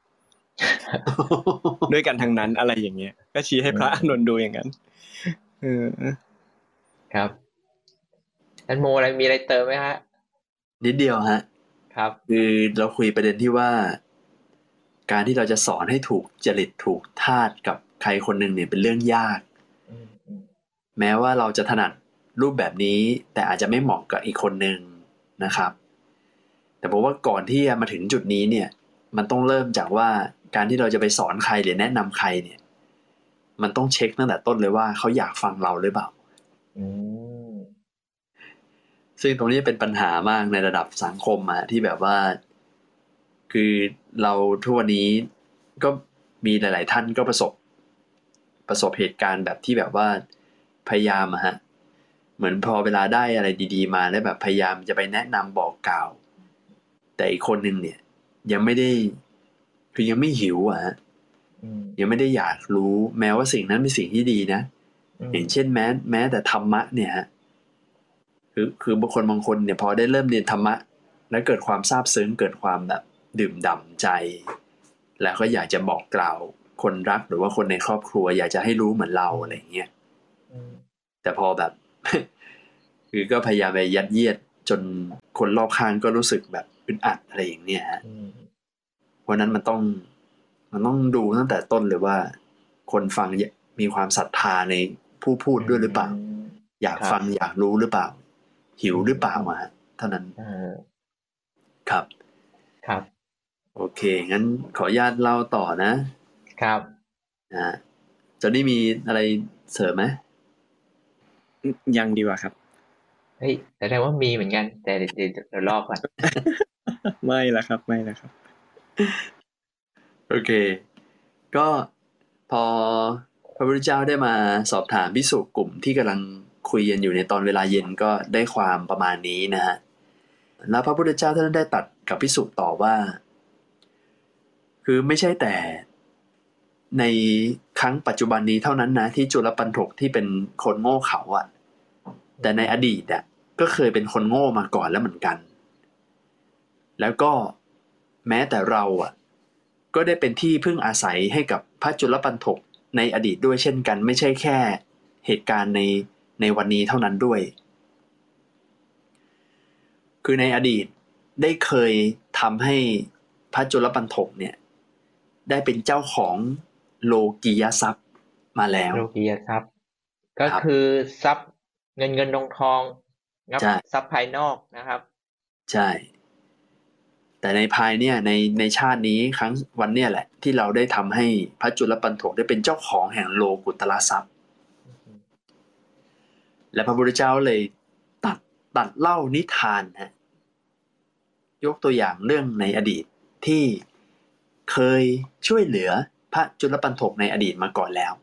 ด้วยกันทั้งนั้นอะไรอย่างเงี้ยก็ชี้ให้พระอานนท์ดูอย่างนั้นเออครับท่านโมอะไรมีอะไรเติมไหมฮะนิดเดียวฮะครับคือเราคุยประเด็นที่ว่าการที่เราจะสอนให้ถูกจริตถูกธาตุกับใครคนหนึ่งเนี่ยเป็นเรื่องยากแม้ว่าเราจะถนัดรูปแบบนี้แต่อาจจะไม่เหมาะกับอีกคนหนึ่งนะครับแต่ผมว่าก่อนที่จะมาถึงจุดนี้เนี่ยมันต้องเริ่มจากว่าการที่เราจะไปสอนใครหรือแนะนำใครเนี่ยมันต้องเช็คตั้งแต่ต้นเลยว่าเขาอยากฟังเราหรือเปล่าซึ่งตรงนี้เป็นปัญหามากในระดับสังคมอะที่แบบว่าคือเราทุกวันนี้ก็มีหลายๆท่านก็ประสบประสบเหตุการณ์แบบที่แบบว่าพยายามอะฮะเหมือนพอเวลาได้อะไรดีๆมาแล้วแบบพยายามจะไปแนะนำบอกกล่าวแต่อีกคนนึงเนี่ยยังไม่ได้คือยังไม่หิวอะฮะยังไม่ได้อยากรู้แม้ว่าสิ่งนั้นเป็นสิ่งที่ดีนะอย่างเช่นแม้แม้แต่ธรรมะเนี่ยฮะคือคือบางคนบางคนเนี่ยพอได้เริ่มเรียนธรรมะแล้วเกิดความซาบซึ้งเกิดความแบบดื่มด่ำใจแล้วก็อยากจะบอกกล่าวคนรักหรือว่าคนในครอบครัวอยากจะให้รู้เหมือนเราอะไรเงี้ยแต่พอแบบ คือก็พยายามไปยัดเยียดจนคนรอบข้างก็รู้สึกแบบอึดอัดอะไรอย่างเนี้ยฮะเพราะนั้นมันต้องมันต้องดูตั้งแต่ต้นเลยว่าคนฟังมีความศรัทธาในผู้พูดด้วยหรือเปล่าอยากฟังอยากรู้หรือเปล่าหิวหรือเปล่ามาเท่านั้นครับครับโอเคงั้นขออนุญาตเล่าต่อนะครับนะจะได้มีอะไรเสริมไหมยังดีกว่าครับเฮ้ยแต่ได้ว่ามีเหมือนกันแต่เดี๋ยวเดี๋ยวรอก่อนไม่ละครับไม่ละครับโอเคก็พอพระพุทธเจ้าได้มาสอบถามภิกษุกลุ่มที่กำลังคุยกันอยู่ในตอนเวลาเย็นก็ได้ความประมาณนี้นะฮะแล้วพระพุทธเจ้าท่านได้ตรัสกับภิกษุต่อว่าคือไม่ใช่แต่ในครั้งปัจจุบันนี้เท่านั้นนะที่จุลปันถกที่เป็นคนโง่เขลาอ่ะแต่ในอดีตอ่ะก็เคยเป็นคนโง่มาก่อนแล้วเหมือนกันแล้วก็แม้แต่เราอ่ะก็ได้เป็นที่พึ่งอาศัยให้กับพระจุลปันถกในอดีตด้วยเช่นกันไม่ใช่แค่เหตุการณ์ในในวันนี้เท่านั้นด้วยคือในอดีตได้เคยทำให้พระจุลปันถกเนี่ยได้เป็นเจ้าของโลกียทรัพย์มาแล้วโลกียทรัพย์ก็คือทรัพย์เงินเงินทองทองงับทรัพย์ภายนอกนะครับใช่แต่ในภายเนี่ยในในชาตินี้ครั้งวันเนี่ยแหละที่เราได้ทำให้พระจุลปันถกได้เป็นเจ้าของแห่งโลกุตตรทรัพย์และพระพุทธเจ้าเลยตัดตัดเล่านิทานฮะยกตัวอย่างเรื่องในอดีตที่เคยช่วยเหลือพระจุลปันถกในอดีตมาก่อนแล้ว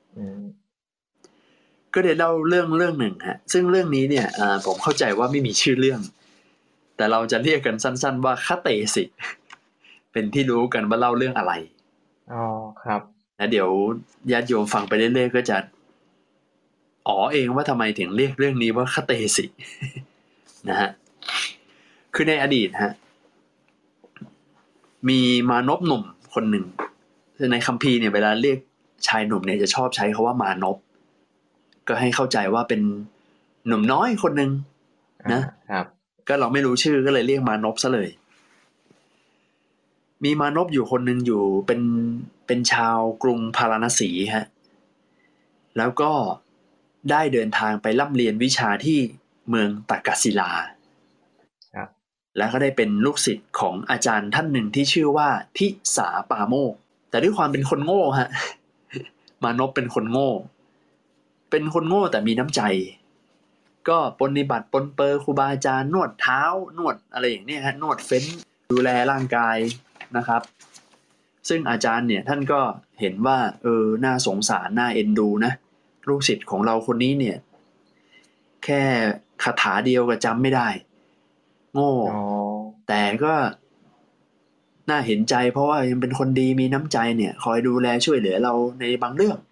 ก็ได้เล่าเรื่องเรื่องหนึ่งฮะซึ่งเรื่องนี้เนี่ยผมเข้าใจว่าไม่มีชื่อเรื่องแต่เราจะเรียกกันสั้นๆว่าคเตสิเป็นที่รู้กันว่าเล่าเรื่องอะไรอ๋อครับแล้วเดี๋ยวญาติโยมฟังไปเรื่อยๆก็จะอ๋อเองว่าทำไมถึงเรียกเรื่องนี้ว่าคเตสิ นะฮะคือในอดีตฮะมีมานพหนุ่มคนหนึ่งในคัมภีร์เนี่ยเวลาเรียกชายหนุ่มเนี่ยจะชอบใช้คาว่ามานพก็ให้เข้าใจว่าเป็นหนุ่มน้อยคนหนึ่งนะครับก็เราไม่รู้ชื่อก็เลยเรียกมานพซะเลยมีมานพอยู่คนหนึ่งอยู่เป็นเป็นชาวกรุงพาราณสีฮะแล้วก็ได้เดินทางไปร่ำเรียนวิชาที่เมืองตักกศิลาแล้วก็ได้เป็นลูกศิษย์ของอาจารย์ท่านหนึ่งที่ชื่อว่าทิสาปาโมกแต่ด้วยความเป็นคนโง่ฮะ มานพเป็นคนโง่เป็นคนโง่แต่มีน้ำใจก็ปฏิบัติปนเปอร์ครูบาอาจารย์นวดเท้านวดอะไรอย่างนี้ฮะนวดเฟ้นดูแลร่างกายนะครับซึ่งอาจารย์เนี่ยท่านก็เห็นว่าเออน่าสงสารน่าเอ็นดูนะลูกศิษย์ของเราคนนี้เนี่ยแค่คาถาเดียวก็จำไม่ได้โง่แต่ก็น่าเห็นใจเพราะว่ายังเป็นคนดีมีน้ำใจเนี่ยคอยดูแลช่วยเหลือเราในบางเรื่อง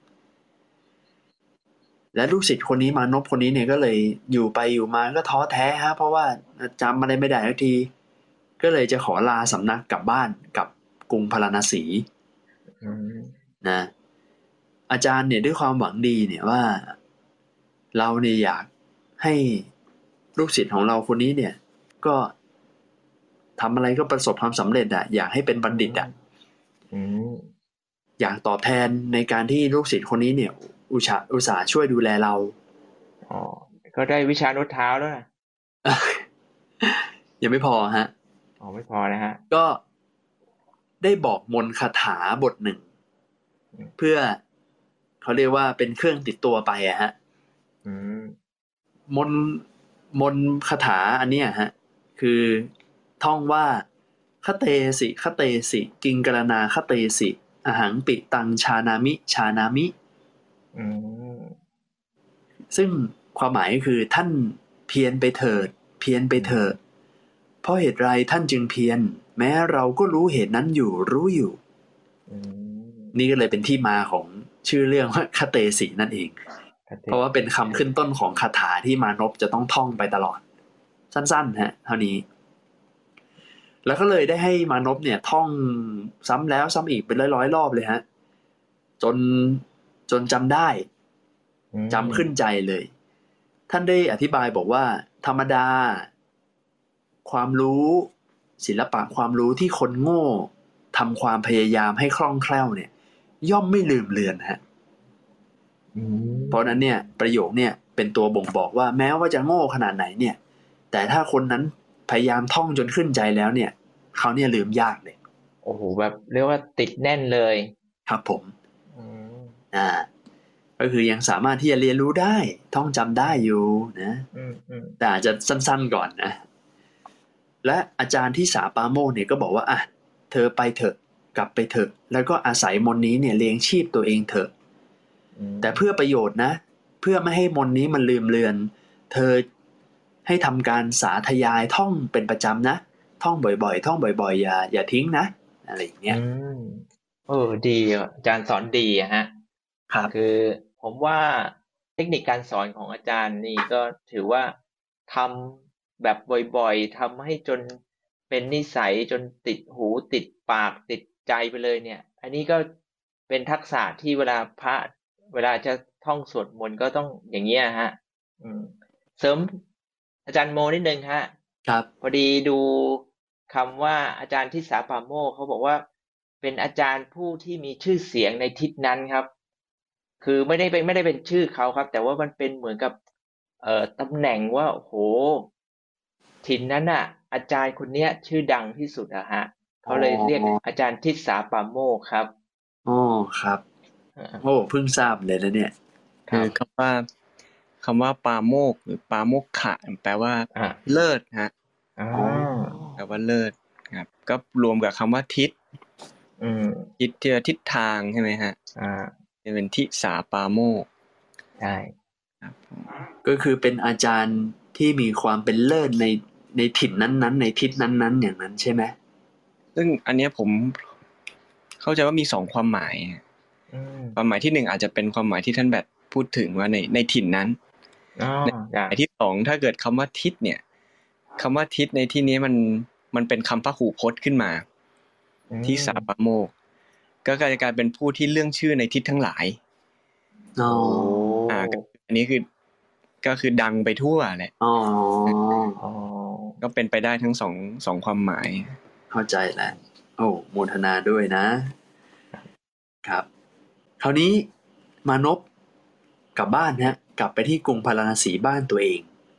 และลูกศิษย์คนนี้มานพคนนี้เนี่ยก็เลยอยู่ไปอยู่มาก็ท้อแท้ฮะเพราะว่าจำอะไรไม่ได้ทันทีก็เลยจะขอลาสำนักกลับบ้านกับกรุงพาราณสีนะอาจารย์เนี่ยด้วยความหวังดีเนี่ยว่าเราเนี่ยอยากให้ลูกศิษย์ของเราคนนี้เนี่ยก็ทำอะไรก็ประสบความสำเร็จอ่ะอยากให้เป็นบัณฑิตอ่ะอยากตอบแทนในการที่ลูกศิษย์คนนี้เนี่ยอุตส่าห์อุตส่าห์ช่วยดูแลเราอ๋อก็ได้วิชานวดเท้าแล้วนะยังไม่พอฮะอ๋อไม่พอนะฮะก็ได้บอกมนต์คาถาบทหนึ่งเพื่อเขาเรียกว่าเป็นเครื่องติดตัวไปอะฮะมนต์มนต์คาถาอันเนี้ยฮะคือท่องว่าคเตสิคเตสิกิงกรณาคเตสิอหังปิตังชานามิชานามิซึ่งความหมายก็คือท่านเพียรไปเถิดเพียรไปเถิดเพราะเหตุไรท่านจึงเพียรแม้เราก็รู้เหตุนั้นอยู่รู้อยู่นี่ก็เลยเป็นที่มาของชื่อเรื่องว่าคเตสินั่นเองเพราะว่าเป็นคำขึ้นต้นของคาถาที่มานพจะต้องท่องไปตลอดสั้นๆฮะเท่านี้แล้วก็เลยได้ให้มานพเนี่ยท่องซ้ำแล้วซ้ำอีกเป็นร้อยๆรอบเลยฮะจนจนจำได้จำขึ้นใจเลยท่านได้อธิบายบอกว่าธรรมดาความรู้ศิลปะความรู้ที่คนโง่ทำความพยายามให้คล่องแคล่วเนี่ยย่อมไม่ลืมเลือนฮะเพราะนั้นเนี่ยประโยคเนี่ยเป็นตัวบ่งบอกว่าแม้ว่าจะโง่ขนาดไหนเนี่ยแต่ถ้าคนนั้นพยายามท่องจนขึ้นใจแล้วเนี่ยเขาเนี่ยลืมยากเลยโอ้โหแบบเรียกว่าติดแน่นเลยครับผมอ่าก็คือยังสามารถที่จะเรียนรู้ได้ท่องจำได้อยู่นะแต่อาจจะสั้นๆก่อนนะและอาจารย์ที่สาปาโมกเนี่ยก็บอกว่าอ่ะเธอไปเถอะกลับไปเถอะแล้วก็อาศัยมนต์นี้เนี่ยเลี้ยงชีพตัวเองเถอะแต่เพื่อประโยชน์นะเพื่อไม่ให้มนต์นี้มันลืมเลือนเธอให้ทำการสาธยายท่องเป็นประจำนะท่องบ่อยๆท่องบ่อยๆอย่าอย่าทิ้งนะอะไรอย่างเงี้ยเออดีอาจารย์สอนดีอะฮะครับคือผมว่าเทคนิคการสอนของอาจารย์นี่ก็ถือว่าทำแบบบ่อยๆทำให้จนเป็นนิสัยจนติดหูติดปากติดใจไปเลยเนี่ยอันนี้ก็เป็นทักษะที่เวลาพระเวลาจะท่องสวดมนต์ก็ต้องอย่างเงี้ยฮะอืมเสริมอาจารย์โมนิดนึงฮะครับพอดีดูคำว่าอาจารย์ทิสาปาโมกเขาบอกว่าเป็นอาจารย์ผู้ที่มีชื่อเสียงในทิศนั้นครับคือไม่ได้เป็นไม่ได้เป็นชื่อเขาครับแต่ว่ามันเป็นเหมือนกับเอ่อตำแหน่งว่าโหถิ่นนั้นน่ะอาจารย์คนเนี้ยชื่อดังที่สุดอะฮะเขาเลยเรียกอาจารย์ทิสาปาโมกครับอ๋อครับโอ้เพิ่งทราบเลยนะเนี่ยคือคำว่าคำว่าปาโมกหรือปาโมกขะแปลว่าเลิศฮะแปลว่าเลิศครับก็รวมกับคำว่าทิศทิศเทียทิศทางใช่ไหมฮะจะเป็นทิสาปาโมกใช่ครับก็คือเป็นอาจารย์ที่มีความเป็นเลิศในในถิ่นนั้นๆในทิศนั้นๆอย่างนั้นใช่ไหมซึ่งอันนี้ผมเข้าใจว่ามีสองความหมายความหมายที่หนึ่งอาจจะเป็นความหมายที่ท่านแบบพูดถึงว่าในในถิ่นนั้นในหมายที่สองถ้าเกิดคำว่าทิศเนี่ยคำว่าทิศในที่นี้มันมันเป็นคำพหูพจน์ขึ้นมาที่สาปโมกก็กลายกลายเป็นผู้ที่เรื่องชื่อในทิศทั้งหลายอ๋ออ่าอันนี้คือก็คือดังไปทั่วแหละอ๋อก็เป็นไปได้ทั้งสองสองความหมายเข้าใจแหละโอ้โมทนาด้วยนะครับคราวนี้มานพกลับบ้านฮะกลับไปที่กรุงพาราณสีบ้านตัวเอง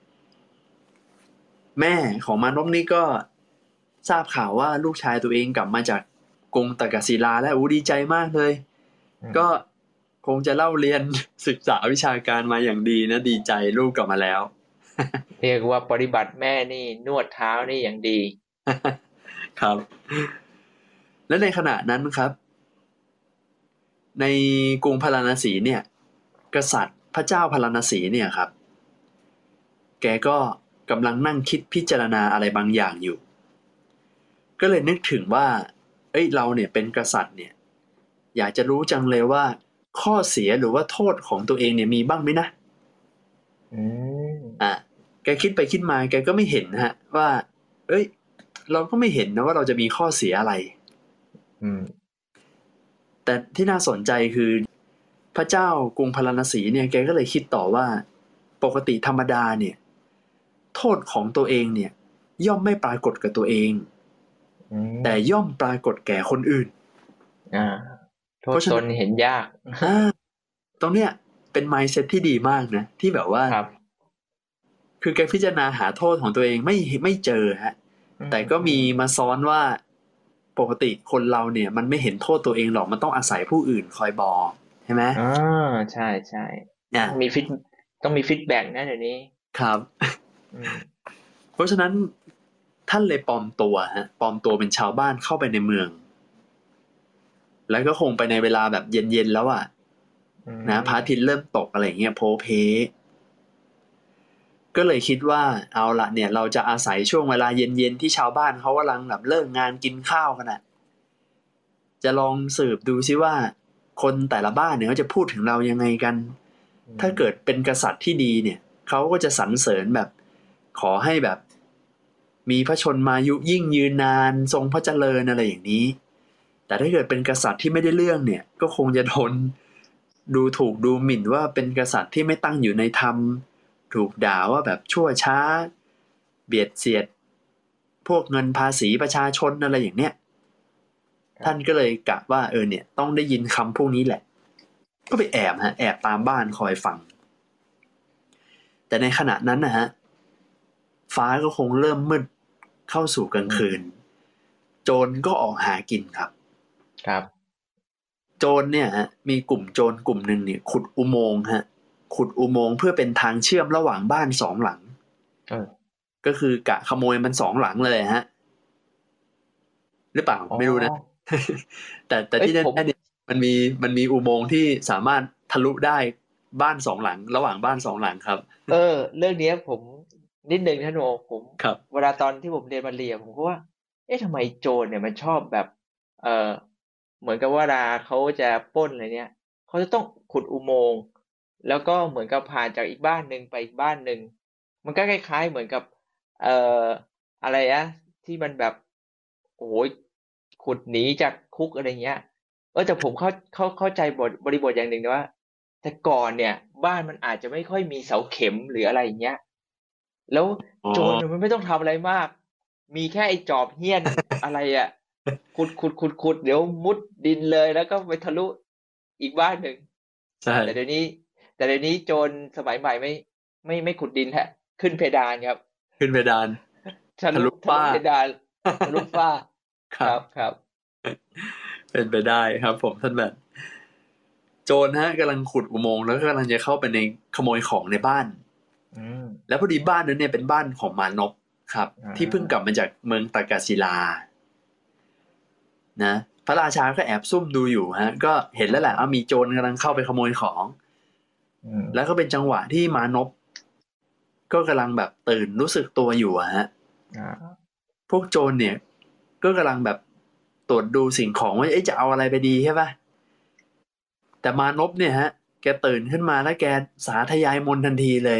แม่ของมานพนี่ก็ทราบข่าวว่าลูกชายตัวเองกลับมาจากกรุงตากศิลาและอู้ดีใจมากเลยก็คงจะเล่าเรียนศึกษาวิชาการมาอย่างดีนะดีใจลูกกลับมาแล้วเรียกว่าปฏิบัติแม่นี่นวดเท้านี่อย่างดีครับและในขณะนั้นครับในกรุงพาราณสีเนี่ยกษัตริย์พระเจ้าพาราณสีเนี่ยครับแกก็กำลังนั่งคิดพิจารณาอะไรบางอย่างอยู่ก็เลยนึกถึงว่าเอ้ยเราเนี่ยเป็นกษัตริย์เนี่ยอยากจะรู้จังเลยว่าข้อเสียหรือว่าโทษของตัวเองเนี่ยมีบ้างไหมนะอืมอ่ะแกคิดไปคิดมาแกก็ไม่เห็นฮะว่าเอ้ยเราก็ไม่เห็นนะว่าเราจะมีข้อเสียอะไรอืมแต่ที่น่าสนใจคือพระเจ้ากรุงพาราณสีเนี่ยแกก็เลยคิดต่อว่าปกติธรรมดาเนี่ยโทษของตัวเองเนี่ยย่อมไม่ปรากฏกับตัวเองแต่ย่อมปรากฏแก่คนอื่นอ่าโทษตนเห็นยากอ่าตรงเนี้ยเป็น mindset ที่ดีมากนะที่แบบว่าครับคือแกพิจารณาหาโทษของตัวเองไม่ไม่เจอฮะแต่ก็มีมาซ้อนว่าปกติคนเราเนี่ยมันไม่เห็นโทษตัวเองหรอกมันต้องอาศัยผู้อื่นคอยบอกใช่ไหมอ่าใช่ใช่ต้องมีฟิตต้องมีฟีดแบ็กนะเดี๋ยวนี้ครับเพราะฉะนั้นท่านเลยปลอมตัวฮะปลอมตัวเป็นชาวบ้านเข้าไปในเมืองแล้วก็คงไปในเวลาแบบเย็นๆแล้วอ่ะนะพระอาทิตย์เริ่มตกอะไรเงี้ยโพเพก็เลยคิดว่าเอาละเนี่ยเราจะอาศัยช่วงเวลาเย็นๆที่ชาวบ้านเขากำลังแบบเลิกงานกินข้าวกันน่ะจะลองสืบดูซิว่าคนแต่ละบ้านเนี่ยเขาจะพูดถึงเรายังไงกันถ้าเกิดเป็นกษัตริย์ที่ดีเนี่ยเขาก็จะสรรเสริญแบบขอให้แบบมีพระชนมายุยิ่งยืนนานทรงพระเจริญอะไรอย่างนี้แต่ถ้าเกิดเป็นกษัตริย์ที่ไม่ได้เรื่องเนี่ยก็คงจะโดนดูถูกดูหมิ่นว่าเป็นกษัตริย์ที่ไม่ตั้งอยู่ในธรรมถูกด่าว่าแบบชั่วช้าเบียดเสียดพวกเงินภาษีประชาชนอะไรอย่างเนี้ยท่านก็เลยกะว่าเออเนี่ยต้องได้ยินคำพวกนี้แหละก็ไปแอบฮะแอบตามบ้านคอยฟังแต่ในขณะนั้นนะฮะฟ้าก็คงเริ่มมืดเข้าสู่กลางคืนโจรก็ออกหากินครับครับโจรเนี่ยฮะมีกลุ่มโจรกลุ่มหนึ่งเนี่ยขุดอุโมงค์ฮะขุดอุโมงค์เพื่อเป็นทางเชื่อมระหว่างบ้านสองหลังก็คือกะขโมยมันสองหลังเลยฮะหรือเปล่าไม่รู้นะแต่แต่ที่แน่ๆเนี่ยมันมีมันมีอุโมงค์ที่สามารถทะลุได้บ้านสองหลังระหว่างบ้านสองหลังครับเออเรื่องนี้ผมนิดนึงท่านโอผมครับเวลาตอนที่ผมเรียนมาเรียนผมก็ว่าเอ๊ะทำไมโจรเนี่ยมันชอบแบบเออเหมือนกับว่าเวลาเขาจะปล้นอะไรเนี่ยเขาจะต้องขุดอุโมงค์แล้วก็เหมือนกับผ่านจากอีกบ้านหนึ่งไปอีกบ้านหนึ่งมันก็คล้ายๆเหมือนกับเอ่ออะไรอะที่มันแบบโอ้ยขุดหนีจากคุกอะไรเงี้ยเออแต่ผมเข้าเข้าเข้าใจบทบริบทอย่างหนึ่งนะว่าแต่ก่อนเนี่ยบ้านมันอาจจะไม่ค่อยมีเสาเข็มหรืออะไรอย่างเงี้ยแล้วโจรมันไม่ต้องทำอะไรมากมีแค่ไอ้จอบเหี้ยนอะไรอ่ะขุดขุดขุดขุดเดี๋ยวมุดดินเลยแล้วก็ไปทะลุอีกบ้านหนึ่งใช่แต่เดี๋ยวนี้แต่เดี๋ยวนี้โจรสมัยใหม่ไม่ไม่ไม่ขุดดินฮะขึ้นเพดานครับขึ้นเพดานทะลุฝ้าเพดานทะลุฝ้าครับครับเป็นไปได้ครับผมท่านแบบโจรฮะกำลังขุดอุโมงค์แล้วก็กำลังจะเข้าไปในขโมยของในบ้านแล้วพอดีบ้านนั้นเนี่ยเป็นบ้านของมานพครับที่เพิ่งกลับมาจากเมืองตากศิลานะพระราชาก็แอบซุ่มดูอยู่ฮะก็เห็นแล้วแหละว่ามีโจรกำลังเข้าไปขโมยของแล้วก็เป็นจังหวะที่มานพก็กำลังแบบตื่นรู้สึกตัวอยู่ฮะพวกโจรเนี่ยก็กำลังแบบตรวจดูสิ่งของว่าเอ๊ะจะเอาอะไรไปดีใช่ป่ะแต่มานพเนี่ยฮะแกตื่นขึ้นมาแล้วแกสาธยายมนต์ทันทีเลย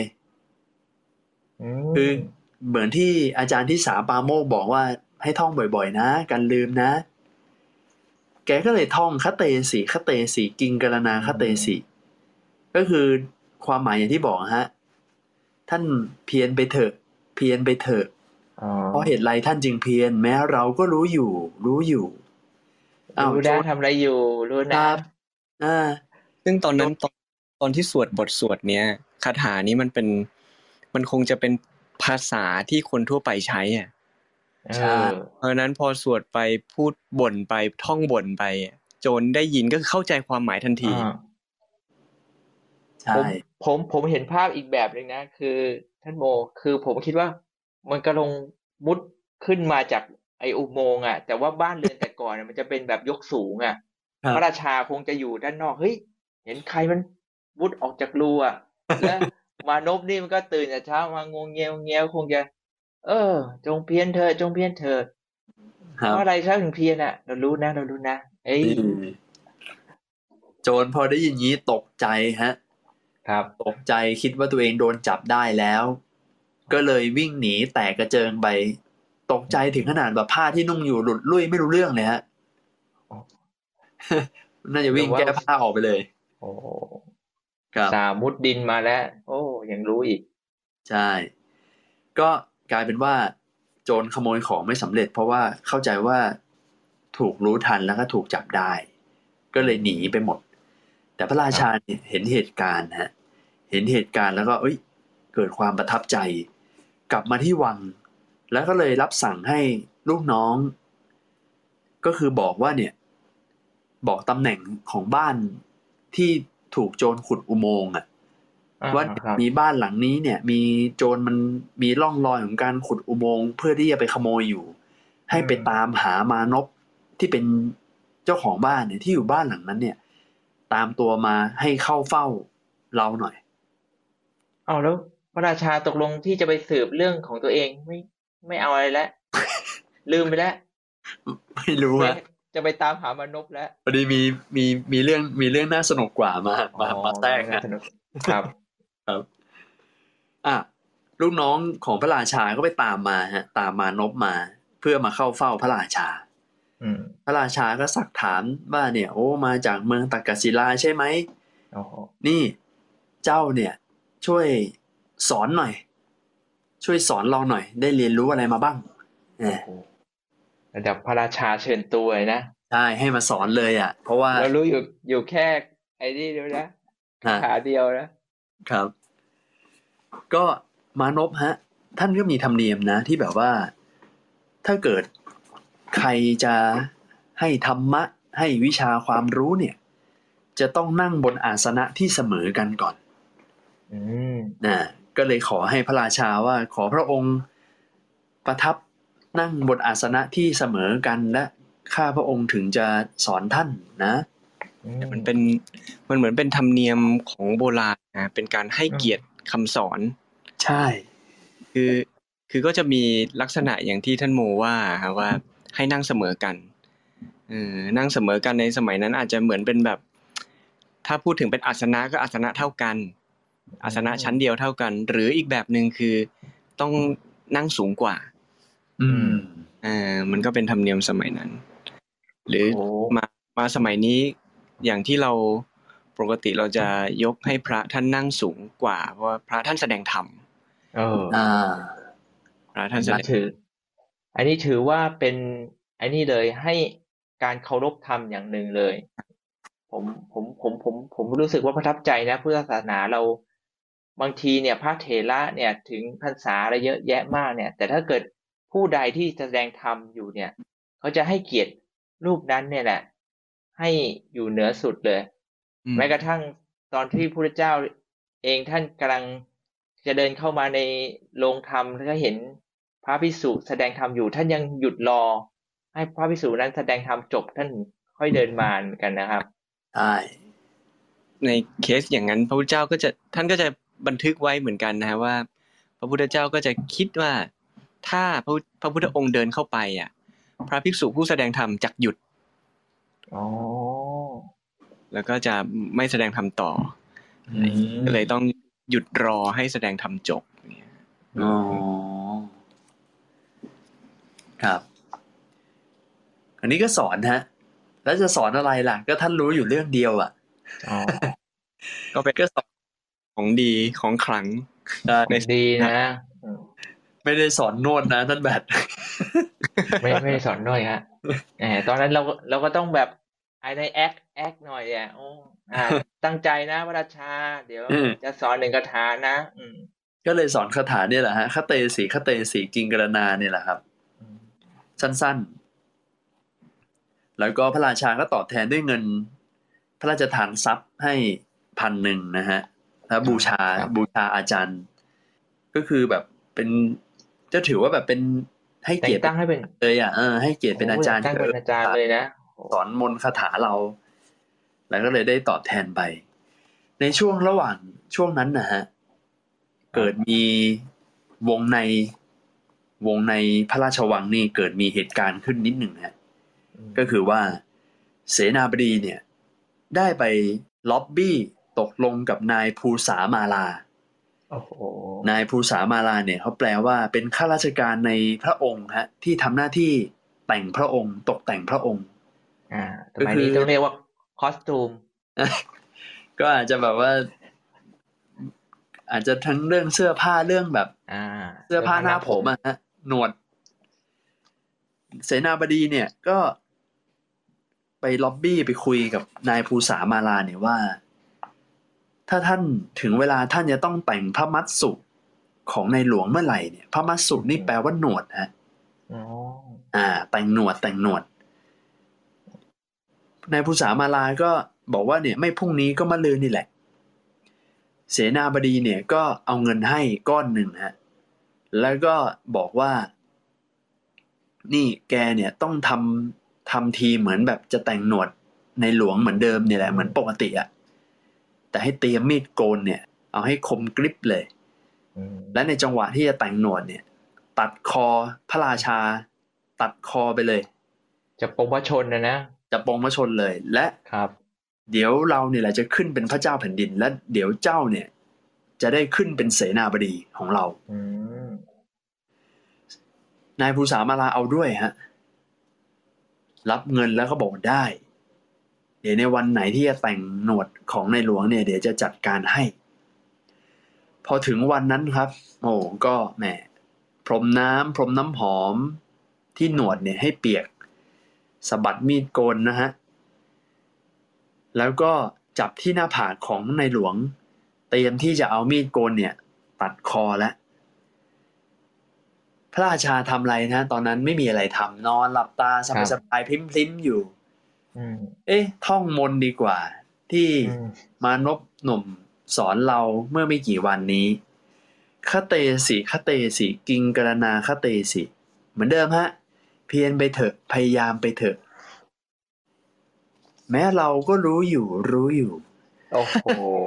คือเหมือนที่อาจารย์ที่สาปาโมกบอกว่าให้ท่องบ่อยๆนะกันลืมนะแกก็เลยท่องคเตสีคเตสีกิงกรณาคเตสีก็คือความหมายอย่างที่บอกฮะท่านเพียรไปเถอะเพียรไปเถอะเพราะเหตุไรท่านจึงเพียรแม้เราก็รู้อยู่รู้อยู่รู้นะทำอะไรอยู่รู้นะอ่าซึ่งตอนนั้นตอนตอนที่สวดบทสวดเนี้ยคาถานี้มันเป็นมันคงจะเป็นภาษาที่คนทั่วไปใช้อ่ะใช่เพราะนั้นพอสวดไปพูดบ่นไปท่องบ่นไปโจรได้ยินก็เข้าใจความหมายทันทีใช่ผมผมผมเห็นภาพอีกแบบนึงนะคือท่านโมคือผมคิดว่ามันกำลังมุดขึ้นมาจากไออุโมงค์อ่ะแต่ว่าบ้านเรือนแต่ก่อนมันจะเป็นแบบยกสูงอ่ะพระราชาคงจะอยู่ด้านนอกเฮ้ยเห็นใครมันมุดออกจากรูอ่ะแล้วมานพนี่มันก็ตื่นแต่เช้ามางงเงียวเงียวคงจะเออจงเพียรเธอจงเพียรเธอเพราะอะไรเขาถึงเพียรอ่ะเรารู้นะเรารู้นะเอ้ยโจรพอได้ยินงี้ตกใจฮะครับตกใจคิดว่าตัวเองโดนจับได้แล้วก็เลยวิ่งหนีแตกกระเจิงไปตกใจถึงขนาดแบบผ้าที่นุ่งอยู่หลุดลุ่ยไม่รู้เรื่องเลยฮะน่าจะวิ่งแก้ผ้าออกไปเลยโอ้ครับสามุดดินมาแล้วโอ้ยังรู้อีกใช่ก็กลายเป็นว่าโจรขโมยของไม่สำเร็จเพราะว่าเข้าใจว่าถูกรู้ทันแล้วก็ถูกจับได้ก็เลยหนีไปหมดแต่พระราชาเนี่ยเห็นเหตุการณ์ฮะเห็นเหตุการณ์แล้วก็เอ้ยเกิดความประทับใจกลับมาที่วังแล้วก็เลยรับสั่งให้ลูกน้องก็คือบอกว่าเนี่ยบอกตำแหน่งของบ้านที่ถูกโจรขุดอุโมงค์อ่ะว่ามีบ้านหลังนี้เนี่ยมีโจรมันมีร่องรอยของการขุดอุโมงค์เพื่อที่จะไปขโมยอยู่ให้ไปตามหามานพที่เป็นเจ้าของบ้านเนี่ยที่อยู่บ้านหลังนั้นเนี่ยตามตัวมาให้เข้าเฝ้าเราหน่อยเอาแล้วพระราชาตกลงที่จะไปสืบเรื่องของตัวเองไม่ไม่เอาอะไรแล้ว ลืมไปแล้วไม่รู้อะจะไปตามหามานพแล้วพอดีมีมีมีเรื่องมีเรื่องน่าสนุกกว่ามามามาแทรกนะครับครับอ่ะลูกน้องของพระราชาก็ไปตามมาฮะตามมานพมาเพื่อมาเข้าเฝ้าพระราชาพระราชาก็สักถามว่าเนี่ยโอ้มาจากเมืองตักกศิลาใช่ไหมนี่เจ้าเนี่ยช่วยสอนหน่อยช่วยสอนเราหน่อยได้เรียนรู้อะไรมาบ้างระดับพระราชาเชิญตัวเลยนะใช่ให้มาสอนเลยอ่ะเพราะว่าเรารู้อยู่อยู่แค่ไอ้นี่เดียวนะขาเดียวนะครับก็มานพฮะท่านก็มีธรรมเนียมนะที่แบบว่าถ้าเกิดใครจะให้ธรรมะให้วิชาความรู้เนี่ยจะต้องนั่งบนอาสนะที่เสมอกันก่อนอืมนะก็เลยขอให้พระราชาว่าขอพระองค์ประทับนั่งบนอาสนะที่เสมอกันและข้าพระองค์ถึงจะสอนท่านนะมันเป็นมันเหมือนเป็นธรรมเนียมของโบราณนะเป็นการให้เกียรติคำสอนใช่คือคือก็จะมีลักษณะอย่างที่ท่านโมว่าครับว่าให้นั่งเสมอกันเออนั่งเสมอกันในสมัยนั้นอาจจะเหมือนเป็นแบบถ้าพูดถึงเป็นอาสนะก็อาสนะเท่ากันอาสนะชั้นเดียวเท่ากันหรืออีกแบบนึงคือต้องนั่งสูงกว่าอืมอ่ามันก็เป็นธรรมเนียมสมัยนั้นหรือมามาสมัยนี้อย่างที่เราปกติเราจะยกให้พระท่านนั่งสูงกว่าเพราะว่าพระท่านแสดงธรรมเอออ่าพระท่านแสดงถืออันนี้ถือว่าเป็นอันนี้เลยให้การเคารพธรรมอย่างหนึ่งเลยผมผมผมผมผมรู้สึกว่าประทับใจนะพุทธศาสนาเราบางทีเนี่ยพระเถระเนี่ยถึงพรรษาอะไรเยอะแยะมากเนี่ยแต่ถ้าเกิดผู้ใดที่แสดงธรรมอยู่เนี่ยเขาจะให้เกียรติรูปนั้นเนี่ยแหละให้อยู่เหนือสุดเลยแม้กระทั่งตอนที่พระพุทธเจ้าเองท่านกำลังจะเดินเข้ามาในโรงธรรมแล้วก็เห็นพระภิกษุแสดงธรรมอยู่ท่านยังหยุดรอให้พระภิกษุนั้นแสดงธรรมจบท่านค่อยเดินมาเหมือนกันนะครับใช่ในเคสอย่างนั้นพระพุทธเจ้าก็จะท่านก็จะบันทึกไว้เหมือนกันนะฮะว่าพระพุทธเจ้าก็จะคิดว่าถ้าพระพระพุทธองค์เดินเข้าไปอ่ะพระภิกษุผู้แสดงธรรมจักหยุดอ๋อแล้วก็จะไม่แสดงธรรมต่อก็เลยต้องหยุดรอให้แสดงธรรมจบอ๋อครับอันนี้ก็สอนฮะแล้วจะสอนอะไรล่ะก็ท่านรู้อยู่เรื่องเดียวอ่ะอ๋อก็เป็นก็สอนของดีของขลังในดีนะไม่ได้สอนนวดนะท่านแบบไม่ไม่ได้สอนนวดฮะแหมตอนนั้นเราเราก็ต้องแบบภายในแอคแอคหน่อยอ่ะโอ้อ่าตั้งใจนะวราชาเดี๋ยวจะสอนหนึ่งคาถานะอืมก็เลยสอนคาถาเนี่ยแหละฮะคเตสีคเตสีกิงกรณาเนี่ยแหละครับสั้นๆแล้วก็พระราชาก็ตอบแทนด้วยเงินพระราชทานทรัพย์ให้พันหนึ่งนะฮะแล้วบูชาบูชาอาจารย์ก็คือแบบเป็นจะถือว่าแบบเป็นให้เกียรติตั้งให้เป็นเลยอ่ะเออให้เกียรติเป็นอาจารย์ตั้งเป็นอาจารย์เลยนะสอนมนต์คาถาเราแล้วก็เลยได้ตอบแทนไปในช่วงระหว่างช่วงนั้นนะฮะเกิดมีวงในวงในพระราชวังนี่เกิดมีเหตุการณ์ขึ้นนิดหนึ่งฮะก็คือว่าเสนาบดีเนี่ยได้ไปล็อบบี้ตกลงกับนายภูษามาลา นายภูษามาลาเนี่ยเขาแปลว่าเป็นข้าราชการในพระองค์ฮะที่ทำหน้าที่แต่งพระองค์ตกแต่งพระองค์อ่าสมัยนี้ต้องเรียกว่าคอสตูมก็อาจจะแบบว่าอาจจะทั้งเรื่องเสื้อผ้าเรื่องแบบเสื้อผ้าหน้าผมอะฮะหนวดเสนาบดีเนี่ยก็ไปล็อบบี้ไปคุยกับนายภูษามาลาเนี่ยว่าถ้าท่านถึงเวลาท่านจะต้องแต่งพระมัสสุของในหลวงเมื่อไหร่เนี่ยพระมัสสุนี่แปลว่าหนวดฮะอ๋ออ่าแต่งหนวดแต่งหนวดนายภูษามาลาก็บอกว่าเนี่ยไม่พรุ่งนี้ก็มะรืนนี่แหละเสนาบดีเนี่ยก็เอาเงินให้ก้อนหนึ่งฮะแล้วก็บอกว่านี่แกเนี่ยต้องทำทำทีเหมือนแบบจะแต่งหนวดในหลวงเหมือนเดิมเนี่ยแหละเหมือนปกติอะแต่ให้เตรียมมีดโกนเนี่ยเอาให้คมกริบเลยและในจังหวะที่จะแต่งหนวดเนี่ยตัดคอพระราชาตัดคอไปเลยจะปงพระชนนะนะจะปงพระชนเลยและครับเดี๋ยวเราเนี่ยแหละจะขึ้นเป็นพระเจ้าแผ่นดินและเดี๋ยวเจ้าเนี่ยจะได้ขึ้นเป็นเสนาบดีของเรานายภูษามาลาเอาด้วยฮะรับเงินแล้วก็บอกได้เดี๋ยวในวันไหนที่จะแต่งหนวดของในหลวงเนี่ยเดี๋ยวจะจัดการให้พอถึงวันนั้นครับโอ้ก็แหมพรมน้ำพรมน้ำหอมที่หนวดเนี่ยให้เปียกสะบัดมีดโกนนะฮะแล้วก็จับที่หน้าผากของในหลวงเตรียมที่จะเอามีดโกนเนี่ยตัดคอแล้วพระราชาทำอะไรนะตอนนั้นไม่มีอะไรทำนอนหลับตาสบายๆพลิ้มๆอยู่เอ๊ะท่องมนต์ดีกว่าที่มานพหนุ่มสอนเราเมื่อไม่กี่วันนี้คเตสิคเตสิกิงกรณาคเตสิเหมือนเดิมฮะเพียรไปเถอะพยายามไปเถอะแม้เราก็รู้อยู่รู้อยู่โอ้โห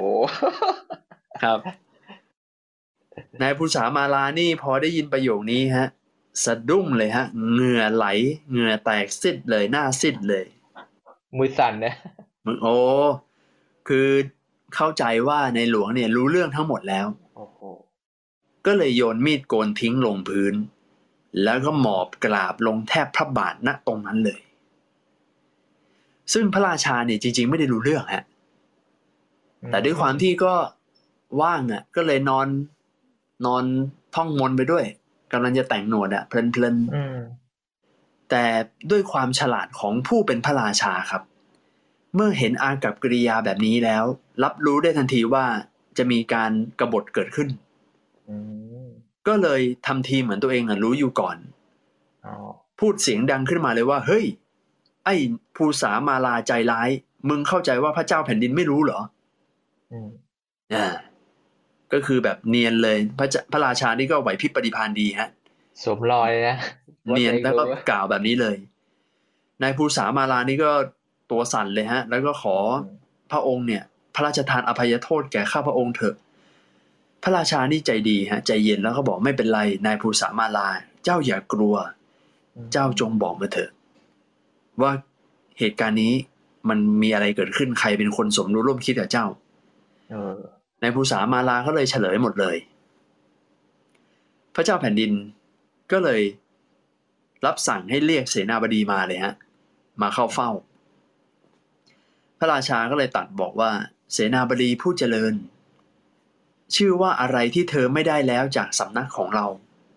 ครับนายภูษามาลานี่พอได้ยินประโยคนี้ฮะสะดุ้งเลยฮะเหงื่อไหลเหงื่อแตกซิดเลยหน้าซิดเลยมือสั่นนะมือโอ้คือเข้าใจว่าในหลวงเนี่ยรู้เรื่องทั้งหมดแล้วโอ้โหก็เลยโยนมีดโกนทิ้งลงพื้นแล้วก็หมอบกราบลงแทบพระบาทณตรงนั้นเลยซึ่งพระราชาเนี่ยจริงๆไม่ได้รู้เรื่องฮะแต่ด้วยความที่ก็ว่างอ่ะก็เลยนอนนอนท่องมนต์ไปด้วยกำลังจะแต่งหนวดอ่ะเพลินๆแต่ด้วยความฉลาดของผู้เป็นพระราชาครับเมื่อเห็นอากัปกิริยาแบบนี้แล้วรับรู้ได้ทันทีว่าจะมีการกบฏเกิดขึ้นก็เลยทำทีเหมือนตัวเองอ่ะรู้อยู่ก่อนพูดเสียงดังขึ้นมาเลยว่าเฮ้ยไอ้ภูษามาลาใจร้ายมึงเข้าใจว่าพระเจ้าแผ่นดินไม่รู้เหรออ่าก็คือแบบเนียนเลยพระพระราชานี่ก็ไหวพริบปฏิภาณดีฮะสวมรอยนะเนียนแล้วก็กล่าวแบบนี้เลยนายภูษามาลานี่ก็ตัวสั่นเลยฮะแล้วก็ขอพระองค์เนี่ยพระราชทานอภัยโทษแก่ข้าพระองค์เถอะพระราชานี่ใจดีฮะใจเย็นแล้วก็บอกไม่เป็นไรนายภูษามาลาเจ้าอย่ากลัวเจ้าจงบอกมาเถอะว่าเหตุการณ์นี้มันมีอะไรเกิดขึ้นใครเป็นคนสมรู้ร่วมคิดกับเจ้าเออในภูษามาลาก็เลยเฉลยหมดเลยพระเจ้าแผ่นดินก็เลยรับสั่งให้เรียกเสนาบดีมาเลยฮะมาเข้าเฝ้าพระราชาก็เลยตรัสบอกว่าเสนาบดีผู้เจริญชื่อว่าอะไรที่เธอไม่ได้แล้วจากสำนักของเรา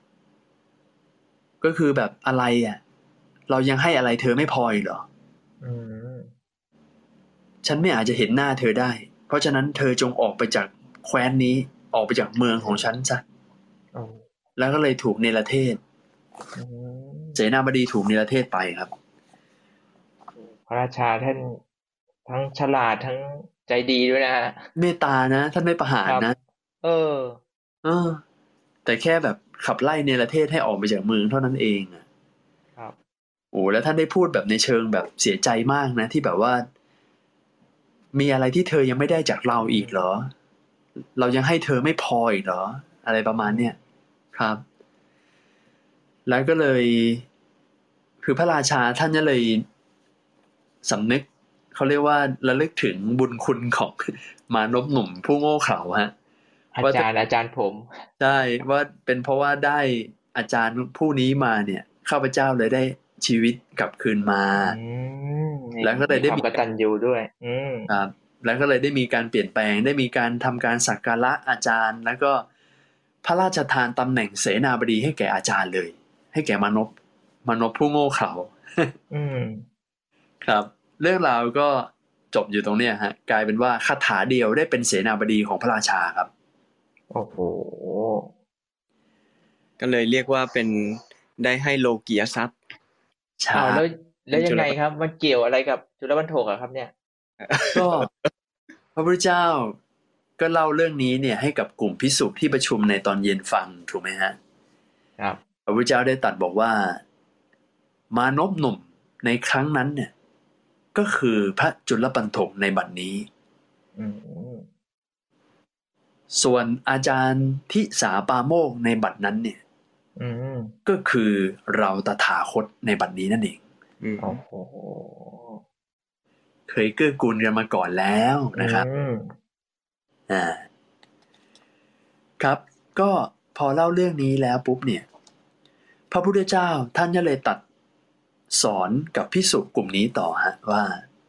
ก็คือแบบอะไรอ่ะเรายังให้อะไรเธอไม่พออีกเหรออืมฉันไม่อาจจะเห็นหน้าเธอได้เพราะฉะนั้นเธอจงออกไปจากแคว้นนี้ออกไปจากเมืองของฉันซะแล้วก็เลยถูกเนรเทศเสนาบดีถูกเนรเทศไปครับพระราชาท่านทั้งฉลาดทั้งใจดีด้วยนะฮะเมตตานะท่านไม่ประหารนะเออเออแต่แค่แบบขับไล่เนรเทศให้ออกไปจากเมืองเท่านั้นเองอ่ะครับโอ้แล้วท่านได้พูดแบบในเชิงแบบเสียใจมากนะที่แบบว่ามีอะไรที่เธอยังไม่ได้จากเราอีกเหรอเรายังให้เธอไม่พออีกเหรออะไรประมาณเนี้ยครับแล้วก็เลยคือพระราชาท่านก็เลยสำนึกเขาเรียกว่าระลึกถึงบุญคุณของมานพหนุ่มผู้โง่เขลาฮะอาจารย์อาจารย์ผมใช่ว่าเป็นเพราะว่าได้อาจารย์ผู้นี้มาเนี่ยข้าพเจ้าเลยได้ชีวิตกลับคืนมาแล้วก็เลยได้มีความกตัญญูด้วยครับแล้วก็เลยได้มีการเปลี่ยนแปลงได้มีการทำการสักการะอาจารย์แล้วก็พระราชทานตำแหน่งเสนาบดีให้แก่อาจารย์เลยให้แก่มานพมานพผู้โง่เขลาครับเรื่องราวก็จบอยู่ตรงเนี้ยฮะกลายเป็นว่าคาถาเดียวได้เป็นเสนาบดีของพระราชาครับโอ้โหก็เลยเรียกว่าเป็นได้ให้โลกียทรัพย์ใช่แล้วแล้วยังไงครับมันเกี่ยวอะไรกับจุลบรรโภคอะครับเนี่ยก็พระพุทธเจ้าก็เล่าเรื่องนี้เนี่ยให้กับกลุ่มภิกษุที่ประชุมในตอนเย็นฟังถูกไหมฮะครับพระพุทธเจ้าได้ตรัสบอกว่ามานพหนุ่มในครั้งนั้นเนี่ยก็คือพระจุลบรรโภคในบัดนี้ส่วนอาจารย์ทิสาปาโมกในบัดนั้นเนี่ยก็คือเราตถาคตในบัดนี้นั่นเองโอ้โหเคยเกื้อกูลกันมาก่อนแล้วนะครับอ่าครับก็พอเล่าเรื่องนี้แล้วปุ๊บเนี่ยพระพุทธเจ้าท่านก็เลยตัดสอนกับภิกษุกลุ่มนี้ต่อฮะว่า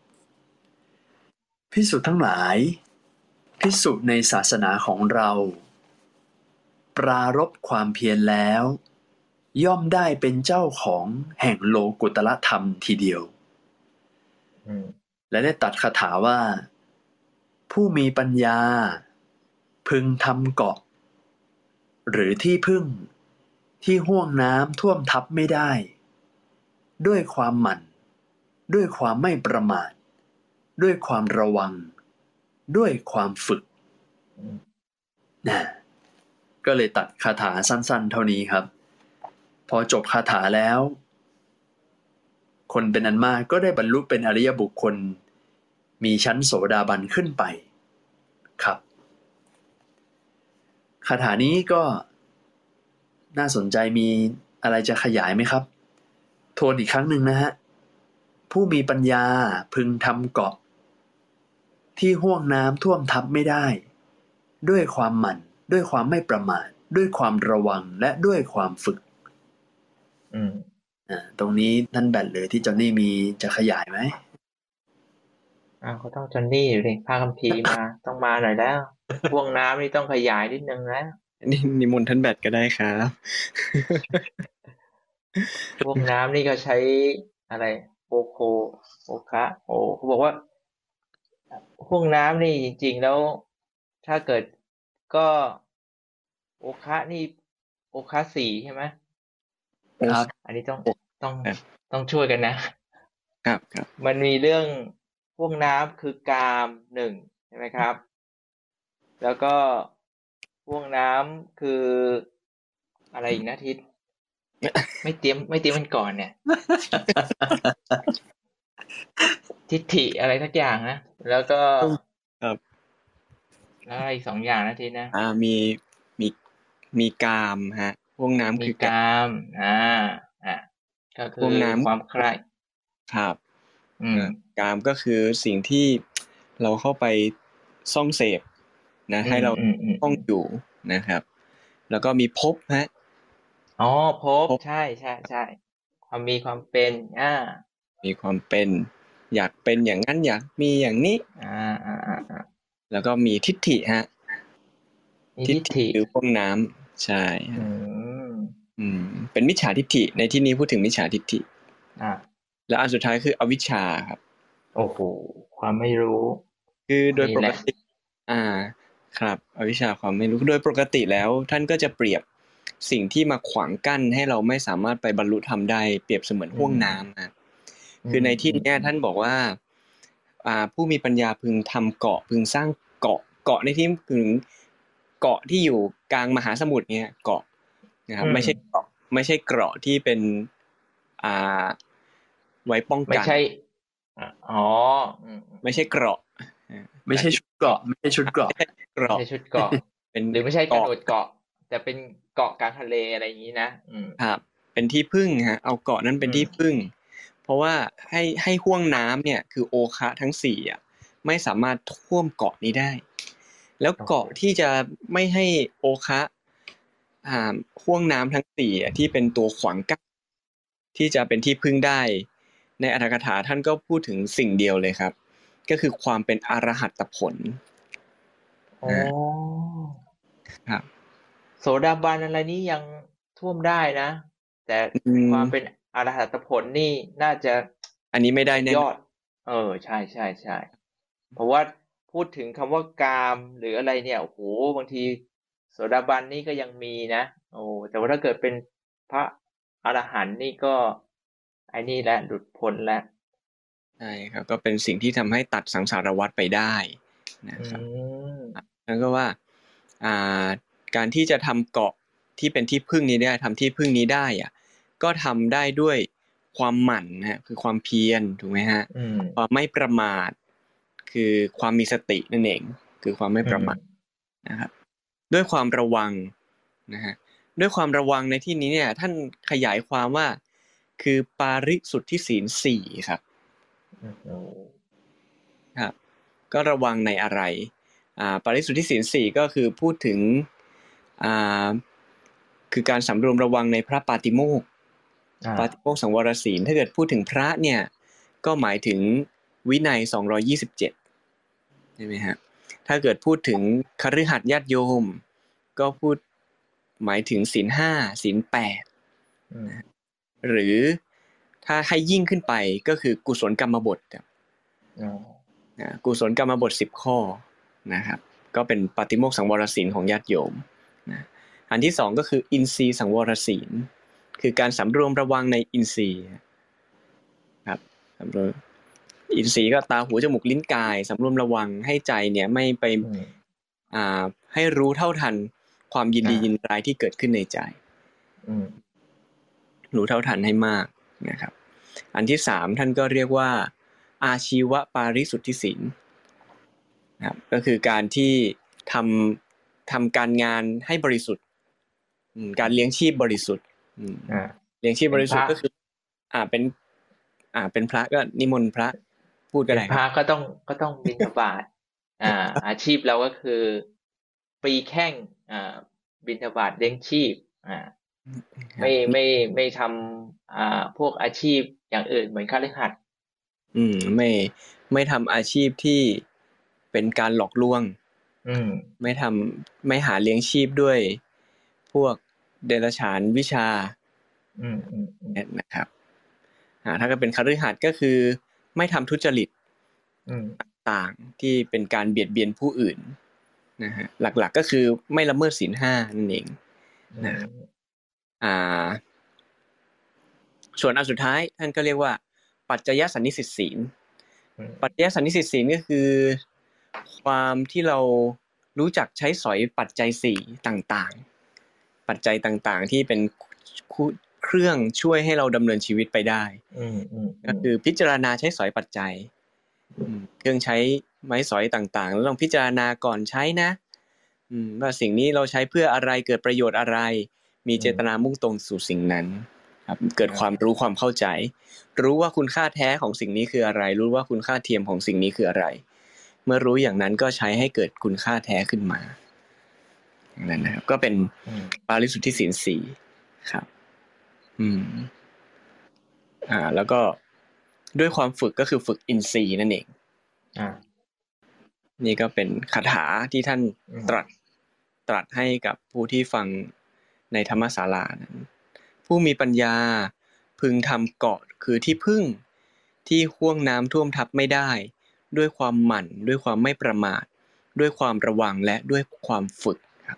ภิกษุทั้งหลายภิกษุในศาสนาของเราปรารภความเพียรแล้วย่อมได้เป็นเจ้าของแห่งโลกุตตรธรรมทีเดียวและได้ตัดคาถาว่าผู้มีปัญญาพึงทำเกาะหรือที่พึ่งที่ห้วงน้ำท่วมทับไม่ได้ด้วยความหมั่นด้วยความไม่ประมาทด้วยความระวังด้วยความฝึกนะก็เลยตัดคาถาสั้นๆเท่านี้ครับพอจบคาถาแล้วคนเป็นอันมากก็ได้บรรลุเป็นอริยบุคคลมีชั้นโสดาบันขึ้นไปครับคาถานี้ก็น่าสนใจมีอะไรจะขยายไหมครับทวนอีกครั้งหนึ่งนะฮะผู้มีปัญญาพึงทำเกาะที่ห้วงน้ำท่วมทับไม่ได้ด้วยความหมั่นด้วยความไม่ประมาทด้วยความระวังและด้วยความฝึกอืมอ่าตรงนี้ท่านแบทเลยที่จอนนี่มีจะขยายไหมอ่าเขาต้องจอนนี่อยู่เลยพาคัมภีร์มาต้องมาหน่อยแล้วห่วงน้ำนี่ต้องขยายนิดนึงแล้วนี่นิมนต์ท่านแบทก็ได้ครับห่วงน้ำนี่ก็ใช้อะไรโอโคโอคะโอเขาบอกว่าห่วงน้ำนี่จริงๆแล้วถ้าเกิดก็โอคะนี่โอคะสี่ใช่ไหมครับอันนี้ต้องต้องต้องช่วยกันนะครับครับมันมีเรื่องห่วงน้ำคือกามหนึ่งใช่ไหมครับแล้วก็ห่วงน้ำคืออะไรอีกนะทิศไม่เตรียมไม่เตรียมมันก่อนเนี่ยทิฏฐิอะไรทักอย่างนะแล้วก็ครับแล้วอีกสองอย่างนะทิศนะอ่ามีมีมีกามฮะห่วงน้ำคือกามอ่าอ่าก็คืห่วงอน้ำความใคร่ครับอืมเอ่อกามก็คือสิ่งที่ เราเข้าไปซ่องเสพนะอืให้เรา ต้องม ๆ ๆ ๆอยู่นะครับ แล้วก็มีภพครับอ๋อ ภพภพใช่ ๆ ๆ ความมีความเป็น อามีความเป็น อยากเป็นอย่างงั้น อยากมีอย่างนี้อา ๆ ๆ ๆแล้วก็มีทิฏฐิครับมีทิฏทิฏฐิฐิคือห่วงน้ำ ใช่คอรืับมอืม เป็นมิจฉาทิฏฐิ ในที่นี้พูดถึงมิจฉาทิฏฐิอาและอันสุดท้ายคืออวิชชาครับโอ้โฮ ความไม่รู้คือโดยนี่ปแหลกะติ อา ครับ อวิชชาความไม่รู้ โดยปกติแล้วท่านก็จะเปรียบสิ่งที่มาขวางกั้นให้เราไม่สามารถไปบรรลุธรรมได้ เปรียบเสมือนอืห้วงน้ำครับอืคือในที่เนี้ยมท่านบอกว่า อ่า ผู้มีปัญญาพึงทำเกาะ พึงสร้างเกาะ เกาะในที่นี้ถึงเกาะที่อยู่กลางมหาสมุทร เงี้ย เกาะนะครัอืบ ไม่ใช่มเกาะ ไม่ใช่เกราะที่เป็น อ่า ไว้ป้องไม่กันใช่ อ อ๋อ อืมไม่ใช่เกราะ อาไม่ใช่ชุดเกราะ ไม่ใช่ชุดเกราะไม่ใช่เกไม่ราะใช่ชุดเกราะเป็นหรือไม่ใช่กระเกาะโดดเกาะ แต่เป็นเกาะกลางทะเล อะไรอย่างงี้นะ อืมครับ เป็นที่พึ่งครับ เอาเกาะนั้นเป็อนืที่มพึ่ง เพราะว่าให้ ให้ห้วงน้ำเนี่ย คือโอคะทั้ง สี่ อะ ไม่สามารถท่วมเกาะนี้ได้ แล้วเกาะที่จะไม่ให้โอคะ อ่า ห้วงน้ำทั้ง สี่ อะ ที่เป็นตัวขวางกั้น ที่จะเป็นที่พึ่งได้ ในอรรถกถาท่านก็พูดถึงสิ่งเดียวเลยครับ ก็คือความเป็นอรหัตตผลอ๋ออา ครับโสดาบันอะไรนี้ยังท่วมได้นะ แต่อืมความเป็นอรหัตผลนี่น่าจะอันนี้ไม่ได้แน่ยอด เออ ใช่ ๆ ๆ เพราะว่าพูดถึงคำว่ากาม หรืออะไรเนี่ย โอ้โฮ บางทีโสดาบันนี่ก็ยังมีนะ โอ้ แต่ว่าถ้าเกิดเป็นพระอรหันต์นี่ก็ไอ้นี่แล้ว หลุดพ้นแล้วใช่ครับ ก็เป็นสิ่งที่ทำให้ตัดสังสารวัฏไปได้นะอืครับมแล้วก็ว่า อ่า การที่จะทำเกาะที่เป็นที่พึ่งนี้ได้ ทำที่พึ่งนี้ได้อะ ก็ทำได้ด้วยความหมั่นครับ คือความเพียร ถูกไหมครับอืมความไม่ประมาท คือความมีสตินั่นเอง คือความไม่ประมาทอืมนะครับ ด้วยความระวังนะครับ ด้วยความระวังในที่นี้เนี่ย ท่านขยายความว่า คือปาริสุทธิศีล สี่ ครับโอ้โฮครับ ก็ระวังในอะไร อ่า ปาริสุทธิศีล สี่ ก็คือพูดถึง อ่า คือการสำรวมระวังในพระปาติโมกข์อาปาติโมกข์สังวรศีล ถ้าเกิดพูดถึงพระเนี่ย ก็หมายถึงวินัย สองร้อยยี่สิบเจ็ด ใช่ไหมครับ ถ้าเกิดพูดถึงคฤหัสถ์ญาติโยม ก็พูด หมายถึงศีล ห้า ศีล แปดอืมหรือถ้าให้ยิ่งขึ้นไป ก็คือกุศลกรรมบทครับอ๋ออ่า กุศลกรรมบท สิบ ข้อนะครับ ก็เป็นปาติโมกข์สังวรศีลของญาติโยมนะ อันที่ สอง ก็คืออินทรีย์สังวรศีล คือการสำรวมระวังในอินทรีย์ครับ สำรวม อินทรีย์ก็ตา หู จมูก ลิ้น กาย สำรวมระวังให้ใจเนี่ยไม่ไปอืมอ่า ให้รู้เท่าทันความยินดีอายินร้ายที่เกิดขึ้นในใจอืมรู้เท่าทันให้มากนะครับ อันที่ สาม ท่านก็เรียกว่า อาชีวปาริสุทธิศีลนะครับ ก็คือการที่ทำ ทำการงานให้บริสุทธิ์ อืม การเลี้ยงชีพบริสุทธิ์ อืมอาเลี้ยงชีพบริสุทธิ์เป็ก็นพระคือ อ่า เป็น อ่า เป็นพระก็นิมนต์พระพูดก็เป็ได้นคพรับระก็ต้อง ก็ต้องบิณฑบาต อ่า อาชีพเราก็คือฟรีแข้ง อ่า บิณฑบาตเลี้ยงชีพ อ่าอืม คไรมั่บไม่ ไม่ทำ อ่า พวกอาชีพอย่างอื่นเหมือนคฤหัสถ์อืม ไม่ ไม่ทำอาชีพที่เป็นการหลอกลวงอืมไม่ทำ ไม่หาเลี้ยงชีพด้วยพวกเดรัจฉานวิชาอืมเนี้ยๆ ๆนะครับ อ่า ถ้าเกิดเป็นคฤหัสถ์ ก็คือไม่ทำทุจริตอืมต่าง ๆ ที่เป็นการเบียดเบียนผู้อื่นนะครับ หลัก ๆ ก็คือไม่ละเมิดศีล ห้า นั่นเองอืนะครับมอ่า ส่วนอันสุดท้ายท่านก็เรียกว่า ปัจจยสันนิสิตศีลอืมปัจจยสันนิสิตศีล ก็คือความที่เรารู้จักใช้สอยปัจจัย สี่ ต่าง ๆ ปัจจัยต่าง ๆ ที่เป็น คุ เครื่องช่วยให้เราดำเนินชีวิตไปได้อืมก็ๆ ๆคือพิจารณาใช้สอยปัจจัย อืม เครื่องใช้ไม้สอยต่าง ๆ เราต้องพิจารณาก่อนใช้นะ อืม ว่าสิ่งนี้เราใช้เพื่ออะไร เกิดประโยชน์อะไร มีเจตนามุ่งตรงสู่สิ่งนั้น คครับเกิดความรู้ความเข้าใจรู้ว่าคุณค่าแท้ของสิ่งนี้คืออะไรรู้ว่าคุณค่าเทียมของสิ่งนี้คืออะไรเมื่อรู้อย่างนั้นก็ใช้ให้เกิดคุณค่าแท้ขึ้นมาอย่างนั้นนะครับก็เป็นปาริสุทธิศีลสี่ครับอืมอ่าแล้วก็ด้วยความฝึกก็คือฝึกอินทรีย์นั่นเองอ่านี่ก็เป็นคาถาที่ท่านตรัสตรัสให้กับผู้ที่ฟังในธรรมศาลานั้นผู้มีปัญญาพึงทำเกาะคือที่พึ่งที่ห้วงน้ำท่วมทับไม่ได้ด้วยความหมั่นด้วยความไม่ประมาทด้วยความระวังและด้วยความฝึกครับ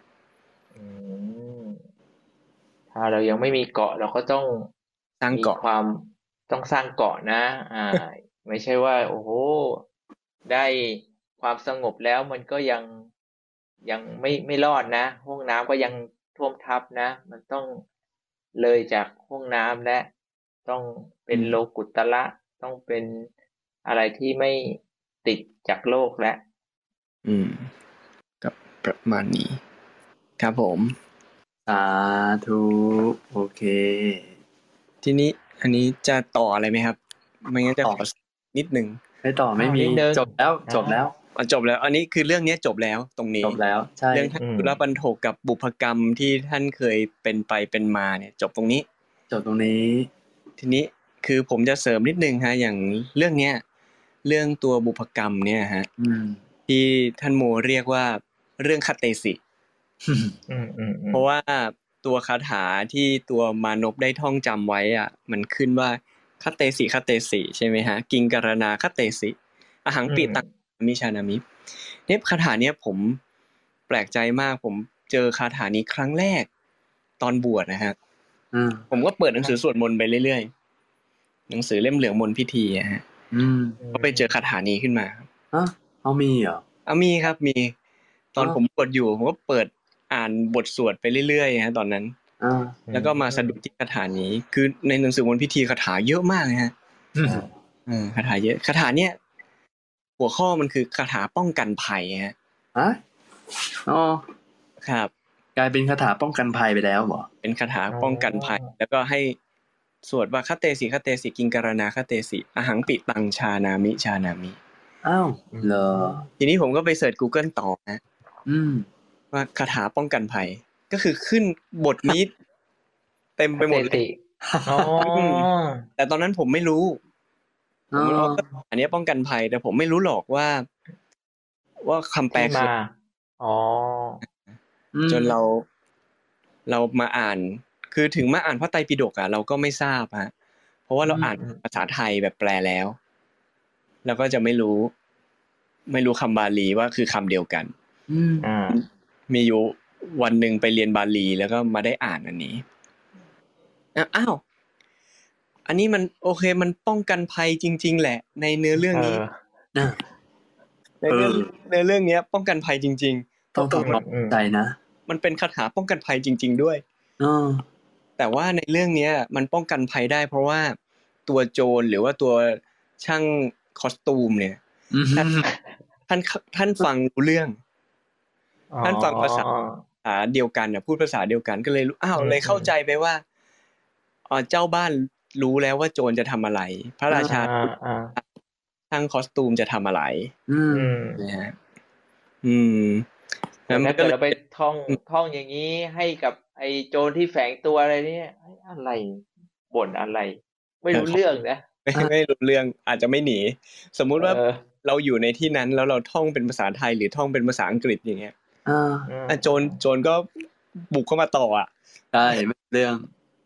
ถ้าเรายังไม่มีเกาะเราก็ต้องสร้างเกาะความต้องสร้างเกาะนะอ่าไม่ใช่ว่าโอ้โหได้ความสงบแล้วมันก็ยังยังไม่ไม่รอดนะห้วงน้ำก็ยังท่วมทับนะมันต้องเลยจากห้วงน้ำและต้องเป็นโลกุตระต้องเป็นอะไรที่ไม่ติดจากโลกและอืมก็ประมาณนี้ครับผมสาธุโอเคทีนี้อันนี้จะต่ออะไรไหมครับไม่งั้นจะขอนิดนึงไม่ต่อไม่มีจบแล้วจบแล้วจบแล้วอันนี้คือเรื่องนี้จบแล้วตรงนี้จบแล้วใช่เรื่องท่านจุลปันโถกับบุพกรรมที่ท่านเคยเป็นไปเป็นมาเนี่ยจบตรงนี้จบตรงนี้ทีนี้คือผมจะเสริมนิดนึงฮะอย่างเรื่องเนี้ยเรื่องตัวบุพกรรมเนี่ยฮะที่ท่านโมเรียกว่าเรื่องคเตสิเพราะว่าตัวคาถาที่ตัวมานพได้ท่องจำไว้อ่ะมันขึ้นว่าคเตสิคเตสิใช่ไหมฮะกิงการณาคเตสิอหังปิตังมิชานามิเนี่ยคาถาเนี้ยผมแปลกใจมากผมเจอคาถานี้ครั้งแรกตอนบวชนะฮะผมก็เปิดหนังสือสวดมนต์ไปเรื่อยๆหนังสือเล่มเหลืองมนต์พิธีอะฮะก็ไปเจอคาถานี้ขึ้นมาอ๋อเอามีเหรอเอามีครับมีตอนผมบวชอยู่ผมก็เปิดอ่านบทสวดไปเรื่อยๆฮะตอนนั้นแล้วก็มาสะดุดที่คาถานี้คือในหนังสือมนต์พิธีคาถาเยอะมากเลยฮะอืมคาถาเยอะคาถาเนี้ยหัวข้อมันคือคาถาป้องกันภัยฮะฮะอ๋อครับกลายเป็นคาถาป้องกันภัยไปแล้วเหรอเป็นคาถาป้องกันภัยแล้วก็ให้สวดว่าคเตสิคเตสิกิงการณาคเตสิอหังปิตังชานามิชานามิอ้าวเหรอทีนี้ผมก็ไปเสิร์ช Google ต่อนะอืมว่าคาถาป้องกันภัยก็คือขึ้นบทนี้เต็มไปหมดเลยอ๋อแต่ตอนนั้นผมไม่รู้ผมเอาอันนี้ป้องกันภัยแต่ผมไม่รู้หรอกว่าว่าคำแปลคืออ๋อจนเราเรามาอ่านคือถึงมาอ่านพระไตรปิฎกอ่ะเราก็ไม่ทราบฮะเพราะว่าเราอ่านภาษาไทยแบบแปลแล้วแล้วก็จะไม่รู้ไม่รู้คำบาลีว่าคือคำเดียวกันมีอยู่วันหนึ่งไปเรียนบาลีแล้วก็มาได้อ่านอันนี้อ้าวอันนี้มันโอเคมันป้องกันภัยจริงๆแหละในเนื้อเรื่องนี้ในเรื่องในเรื่องนี้ป้องกันภัยจริงๆต้องต้องใจนะมันเป็นคาถาป้องกันภัยจริงๆด้วยแต่ว่าในเรื่องนี้มันป้องกันภัยได้เพราะว่าตัวโจรหรือว่าตัวช่างคอสตูมเนี่ยท่านท่านท่านฟังรู้เรื่องท่านฟังภาษาเดียวกันน่ะพูดภาษาเดียวกันก็เลยรู้อ้าวเลยเข้าใจไปว่าอ๋อเจ้าบ้านรู้แล้วว่าโจรจะทำอะไรพระราชาช่างคอสตูมจะทำอะไรอืมนะฮะอืมแล้วถ้าเกิดเราไปท่องท่องอย่างนี้ให้กับไอ้โจรที่แฝงตัวอะไรเนี่ยอะไรบ่นอะไรไม่รู้เรื่องนะไม่ไม่รู้เรื่องอาจจะไม่หนีสมมุติว่าเราอยู่ในที่นั้นแล้วเราท่องเป็นภาษาไทยหรือท่องเป็นภาษาอังกฤษอย่างเงี้ยอ่าโจรโจรก็บุกเข้ามาต่ออ่ะใช่ไม่เรื่อง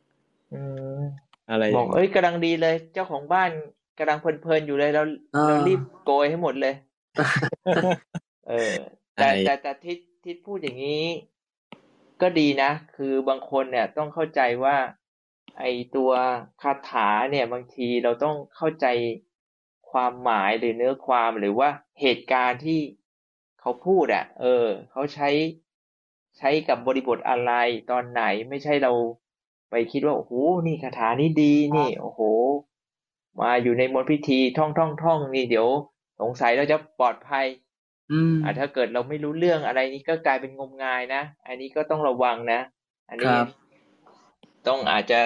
อะไรบอกเอ้ยกำลังดีเลยเจ้าของบ้านกำลังเพลินๆอยู่เลยเราเรารีบโกยให้หมดเลยเออแต่แต่แต่ทิศทิศพูดอย่างนี้ก็ดีนะคือบางคนเนี่ยต้องเข้าใจว่าไอตัวคาถาเนี่ยบางทีเราต้องเข้าใจความหมายหรือเนื้อความหรือว่าเหตุการณ์ที่เขาพูดอ่ะเออเขาใช้ใช้กับบริบทอะไรตอนไหนไม่ใช่เราไปคิดว่าโอ้โหนี่คาถานี้ดีนี่โอ้โหมาอยู่ในมนต์พิธีท่องท่องท่องนี่เดี๋ยวสงสัยเราจะปลอดภัยอืมอ่าถ้าเกิดเราไม่รู้เรื่องอะไรนี้ก็กลายเป็นงมงายนะอันนี้ก็ต้องระวังนะอันนี้ต้องอาจจะ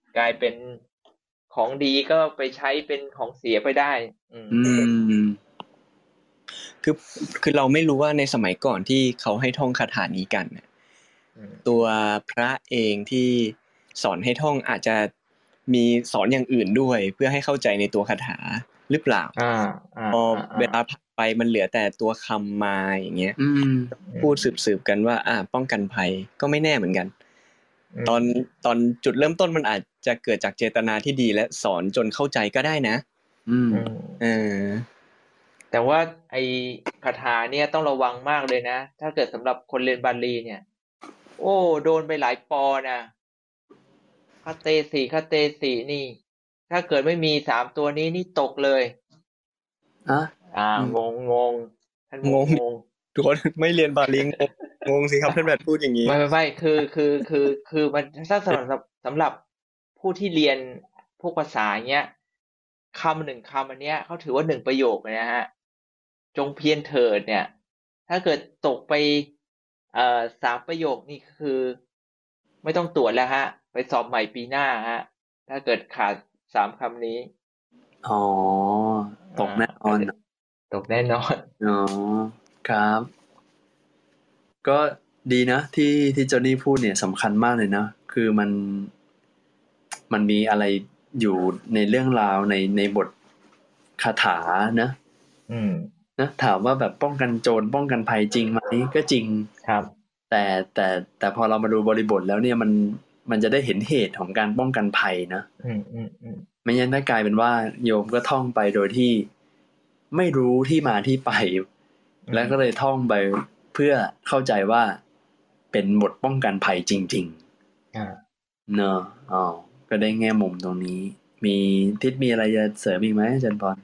กลายเป็นของดีก็ไปใช้เป็นของเสียไปได้ อืมอืมคือคือเราไม่รู้ว่าในสมัยก่อนที่เขาให้ท่องคาถานี้กันน่ะอืมตัวพระเองที่สอนให้ท่องอาจจะมีสอนอย่างอื่นด้วย เพื่อให้เข้าใจในตัวคาถาหรือเปล่าอ่าอ่าพออ่าเวอ่าลาผ่านไปมันเหลือแต่ตัวคำมาอย่างเงี้ยอืมพูดสืบๆกันว่า อ่า ป้องกันภัยก็ไม่แน่เหมือนกันอืมตอนตอนจุดเริ่มต้นมันอาจจะเกิดจากเจตนาที่ดีและสอนจนเข้าใจก็ได้นะอืมอืมเออแต่ว่าไอ้คาถาเนี่ยต้องระวังมากเลยนะ ถ้าเกิดสำหรับคนเรียนบาลีเนี่ย โอ้โดนไปหลายปอนะคาเตสีคาเตสีนี่ ถ้าเกิดไม่มีสามตัวนี้นี่ตกเลยอ่ะอ่าอืมงงงงท่านงงงงทุกคนไม่เรียนบาลีงงงงสิครับท่านแบบพูดอย่างนี้ไม่ไม่ไม่คือคือคือคือมันถ้าสำหรับสำหรับผู้ที่เรียนพวกภาษาเงี้ยคำหนึ่งคำอันเนี้ยเขาถือว่าหนึ่งประโยคเลยนะฮะ จงเพียรเถิดเนี่ย ถ้าเกิดตกไปเอ่อสามประโยคนี่คือ ไม่ต้องตรวจแล้วฮะ ไปสอบใหม่ปีหน้าฮะ ถ้าเกิดขาดสามคำนี้อ๋อ ตกแน่นอนตกแน่นอนอ๋อ ครับ ก็ดีนะที่ที่จอห์นนี่พูดเนี่ยสำคัญมากเลยนะ คือมัน มันมีอะไรอยู่ในเรื่องราวในในบทคาถานะอืมนะถามว่าแบบป้องกันโจรป้องกันภัยจริงไหมก็จริงครับแต่แต่แต่พอเรามาดูบริบทแล้วเนี่ยมันมันจะได้เห็นเหตุของการป้องกันภัยนะอืมอืมอืมไม่งั้นถ้ากลายเป็นว่าโยมก็ท่องไปโดยที่ไม่รู้ที่มาที่ไป แล้วก็เลยท่องไปเพื่อเข้าใจว่าเป็นบทป้องกันภัยจริงอ่าๆ เนอะอ๋อก็ได้แง่มุมตรงนี้ มีทิศมีอะไรจะเสริมอีกไหมอาจารย์พร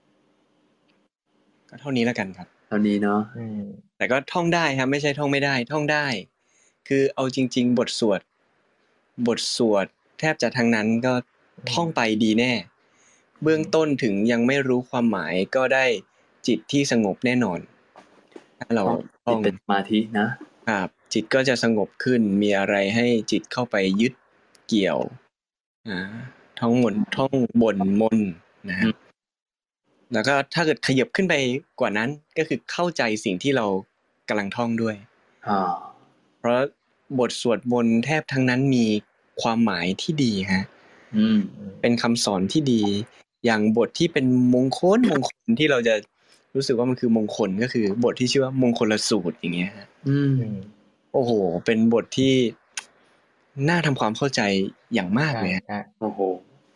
ก็เท่านี้แล้วกันครับเท่านี้เนาะอืมแต่ก็ท่องได้ครับไม่ใช่ท่องไม่ได้ท่องได้ คือเอาจริงๆบทสวดบทสวดแทบจะทั้งนั้นก็ท่องไปดีแน่ เบื้องต้นถึงยังไม่รู้ความหมายก็ได้จิตที่สงบแน่นอนถ้าเราท่องเป็นสมาธินะครับจิตก็จะสงบขึ้นมีอะไรให้จิตเข้าไปยึดเกี่ยวอ่าท่องมนต์ท่องบนมนต์นะฮะแล้วก็ถ้าเกิดขยับขึ้นไปกว่านั้นก็คือเข้าใจสิ่งที่เรากำลังท่องด้วยอ่าเพราะบทสวดมนต์แทบทั้งนั้นมีความหมายที่ดีฮะอืมเป็นคำสอนที่ดี อย่างบทที่เป็นมงคลมงคลที่เราจะรู้สึกว่ามันคือมงคลก็คือบทที่ชื่อว่ามงคลสูตรอย่างเงี้ยฮะอืมโอ้โหเป็นบทที่น่าทำความเข้าใจอย่างมากเลยฮะโอ้โห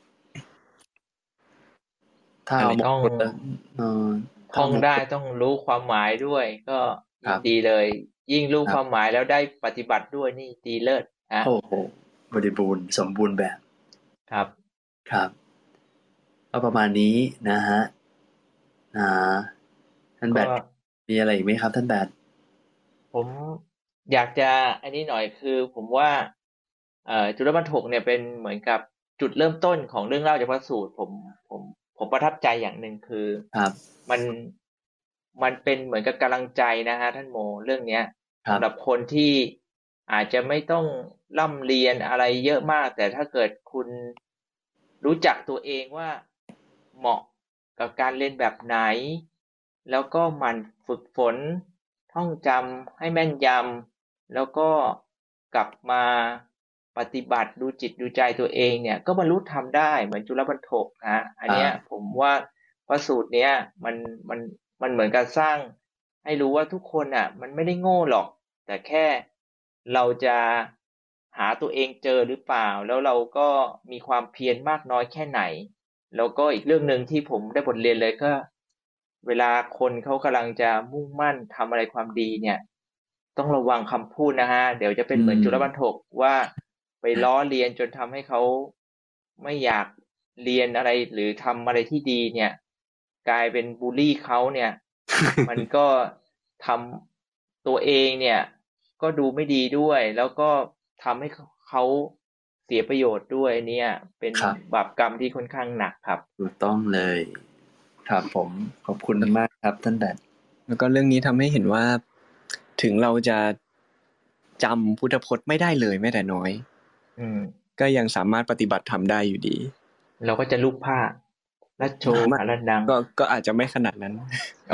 ถ้าเอาต้องหมดแล้วเออท่องได้ต้องรู้ความหมายด้วย ก็ครัยิ่บงดีเลย ยิ่งรู้ครับความหมายแล้วได้ปฏิบัติด้วยนี่ดีเลิศฮะโอ้โห บริบูรณ์สมบูรณ์แบบครับครับก็ประมาณนี้นะฮะอ่าท่านแบก็ทมีอะไรอีกไหมครับ ท่านแบทผมอยากจะอันนี้หน่อยคือ ผมว่าเอ่อจุลบรรทกเนี่ยเป็นเหมือนกับจุดเริ่มต้นของเรื่องเล่าจากพระสูตร ผมผมผมประทับใจอย่างหนึ่งคือครับมันมันเป็นเหมือนกับกำลังใจนะฮะท่านโมเรื่องเนี้ยครับสำหรับคนที่อาจจะไม่ต้องร่ำเรียนอะไรเยอะมาก แต่ถ้าเกิดคุณรู้จักตัวเองว่าเหมาะกับการเรียนแบบไหน แล้วก็หมั่นฝึกฝนท่องจำให้แม่นยำแล้วก็กลับมาปฏิบัติดูจิตดูใจตัวเองเนี่ย ก็บรรลุธรรมได้เหมือนจุลบรรทกฮะอันเนี้ย ผมว่าพระสูตรเนี้ยมันมันมันเหมือนกับสร้างให้รู้ว่าทุกคนอ่ะ มันไม่ได้โง่หรอก แต่แค่เราจะหาตัวเองเจอหรือเปล่า แล้วเราก็มีความเพียรมากน้อยแค่ไหน แล้วก็อีกเรื่องนึงที่ผมได้บทเรียนเลยก็ เวลาคนเขากำลังจะมุ่งมั่นทำอะไรความดีเนี่ย ต้องระวังคำพูดนะฮะเดี๋ยวจะเป็นเหมือนจุลบรรทกว่าไปล้อเลียนจนทำให้เขาไม่อยากเรียนอะไรหรือทำอะไรที่ดีเนี่ย กลายเป็นบูลลี่เขาเนี่ย มันก็ทำตัวเองเนี่ย ก็ดูไม่ดีด้วย แล้วก็ทำให้เขาเสียประโยชน์ด้วยเนี่ย เป็นครับบาปกรรมที่ค่อนข้างหนักครับถูกต้องเลย ครับผมขอบคุณมากครับ ท่านแบทแล้วก็เรื่องนี้ทำให้เห็นว่าถึงเราจะจำพุทธพจน์ไม่ได้เลยแม้แต่น้อยอืมก็ยังสามารถปฏิบัติธรรมได้อยู่ดีเราก็จะลุกผ้าและโชว์ขาลันดังก็ก็อาจจะไม่ขนาดนั้น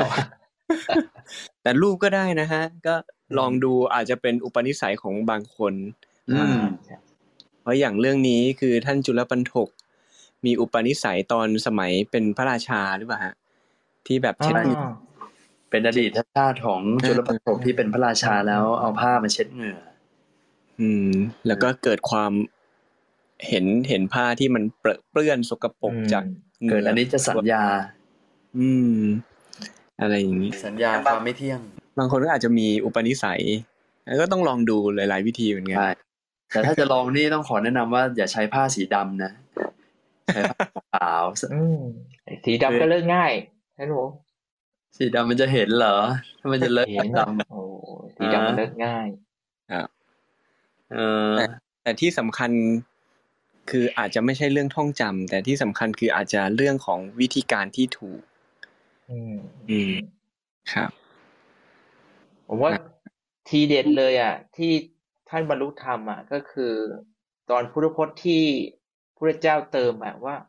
แต่รูปก็ได้นะฮะก็ลองดูอาจจะเป็นอุปนิสัยของบางคนอืมเพราะอย่างเรื่องนี้คือท่านจุลปันถกมีอุปนิสัยตอนสมัยเป็นพระราชาหรือเปล่าฮะที่แบบเช็ดเหงื่อเป็นอดีตชาติของจุลปันถกที่เป็นพระราชาแล้วเอาผ้ามาเช็ดเหงื่ออืมแล้วก็เกิดความเห็นเห็นผ้าที่มันเปื้อนสกปรกจากเกิดอันนี้จะสัญญาอืมอะไรอย่างนี้สัญญาความไม่เที่ยงบางคนก็อาจจะมีอุปนิสัยแล้วก็ต้องลองดูหลายๆวิธีเหมือนกันแต่ถ้าจะลองนี่ต้องขอแนะนำว่าอย่าใช้ผ้าสีดำนะใช้ผ้าขาวสีดำก็เลิกง่ายท่านโหสีดำมันจะเห็นเหรอถ้ามันจะเลิกดำโอ้สีดำมันเลิกง่ายครับเออแต่ที่สำคัญคืออาจจะไม่ใช่เรื่องท่องจำแต่ที่สำคัญคืออาจจะเรื่องของวิธีการที่ถูกอืมอืมครับผมว่าทีเด็ดเลยอ่ะที่ท่านบรรลุธรรมอ่ะก็คือตอนพุทธพจน์ที่พระเจ้าเติมอ่ะว่า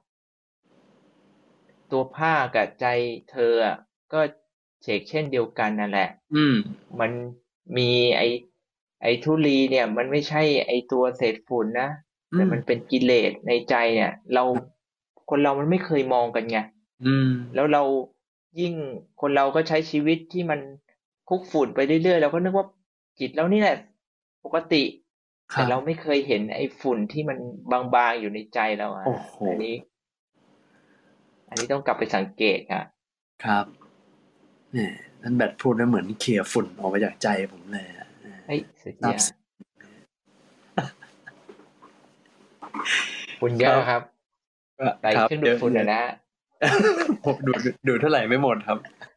ตัวผ้ากับใจเธออ่ะก็เฉกเช่นเดียวกันนั่นแหละอืมมันมีไอไอธุลีเนี่ยมันไม่ใช่ไอตัวเศษฝุ่นนะแต่มันเป็นกิเลสในใจเนี่ยเราคนเรามันไม่เคยมองกันไงอืมแล้วเรายิ่งคนเราก็ใช้ชีวิตที่มันคุกฝุ่นไปเรื่อยๆเราก็นึกว่าจิตเรานี่แหละปกติแต่เราไม่เคยเห็นไอ้ฝุ่นที่มันบางๆอยู่ในใจเราอ่ะอันนี้อันนี้ต้องกลับไปสังเกตครับครับเนี่ยท่านแบทพูดแล้วเหมือนเคลียร์ฝุ่นออกมาจากใจผมเลยอ่ะเฮ้ยสุดยอดฝุ่นเยอะครับไปขึ้นดูฝุ่นนะนะผมดูดูเท่าไหร่ไม่หมดครับ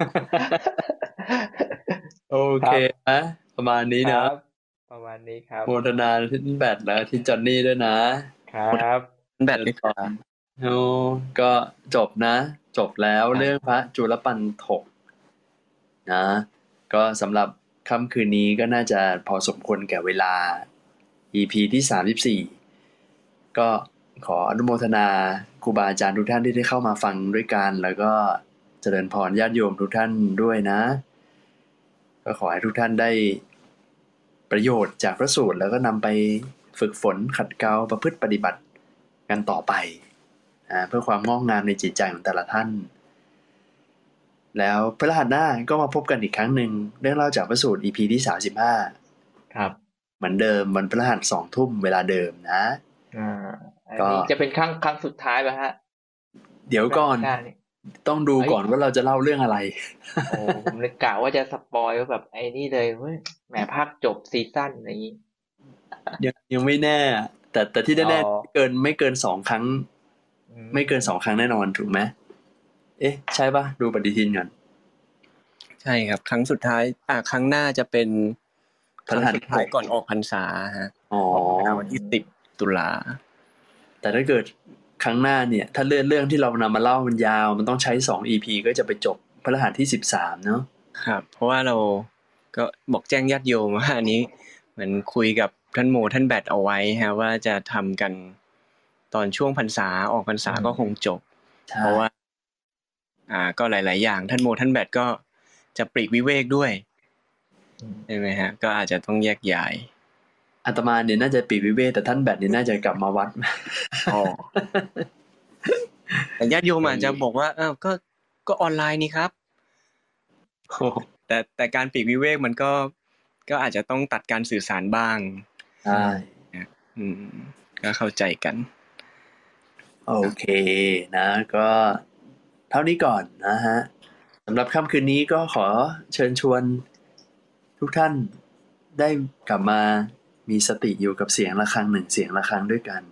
โอเคนะประมาณนี้นะประมาณนี้ครับโมทนาที่แบทและที่จอนนี่ด้วยนะครับแบทด้วยครับโอ้ก็จบนะจบแล้วเรื่องพระจุลปันถกนะก็สำหรับค่ำคืนนี้ก็น่าจะพอสมควรแก่เวลา อี พี ที่สามสิบสี่ก็ขออนุโมทนาครูบาอาจารย์ทุกท่านที่ได้เข้ามาฟังด้วยกันแล้วก็เจริญพรญาติโยมทุกท่านด้วยนะก็ขอให้ทุกท่านได้ประโยชน์จากพระสูตรแล้วก็นำไปฝึกฝนขัดเกลาประพฤติปฏิบัติกันต่อไปนะเพื่อความงอกงามในจิตใจของแต่ละท่านแล้วพฤหัสหน้าก็มาพบกันอีกครั้งหนึ่งเรื่องเล่าจากพระสูตร อี พี ที่สามสิบห้าครับเหมือนเดิมวันพฤหัสสองทุ่มเวลาเดิมนะอ่าก็จะเป็นครั้งครั้งสุดท้ายป่ะฮะเดี๋ยวก่อนต้องดูก่อนว่าเราจะเล่าเรื่องอะไรโอ้ผมเลยกะว่าจะสปอยว่าแบบไอ้นี่เลยเว้ยแหมภาคจบซีซั่นอะไรอย่างงี้ยังยังไม่แน่แต่แต่ที่แน่ๆเกินไม่เกินสองครั้งไม่เกินสองครั้งแน่นอนถูกไหมเอ๊ะใช่ป่ะดูปฏิทินก่อนใช่ครับครั้งสุดท้ายอ่ะครั้งหน้าจะเป็นครั้งสุดท้ายก่อนออกพรรษาฮะอ๋อวันที่สิบตุลาแต่ถ้าเกิดครั้งหน้าเนี่ยถ้าเรื่องเรื่องที่เรานำมาเล่ามันยาวมันต้องใช้สอง อี พี ก็จะไปจบพฤหัสที่สิบสามเนาะครับเพราะว่าเราก็บอกแจ้งญาติโยมว่าอันนี้เหมือนคุยกับท่านโมท่านแบทเอาไว้ฮะว่าจะทำกันตอนช่วงพรรษาออกพรรษาก็คงจบเพราะว่าอ่าก็หลายๆอย่างท่านโมท่านแบทก็จะปลีกวิเวกด้วยใช่ไหมฮะก็อาจจะต้องแยกย้ายอาตมาเนี่ยน่าจะปลีกวิเวกแต่ท่านแบทเนี่ยน่าจะกลับมาวัดอ๋อแต่ญาติโยมอาจจะบอกว่าเออก็ก็ออนไลน์นี่ครับแต่แต่การปลีกวิเวกมันก็ก็อาจจะต้องตัดการสื่อสารบ้างใช่อืมก็เข้าใจกันโอเคนะก็เท่านี้ก่อนนะฮะสำหรับค่ำคืนนี้ก็ขอเชิญชวนทุกท่านได้กลับมามีสติอยู่กับเสียงะระฆังหนึ่งเสียงะระฆังด้วยกัน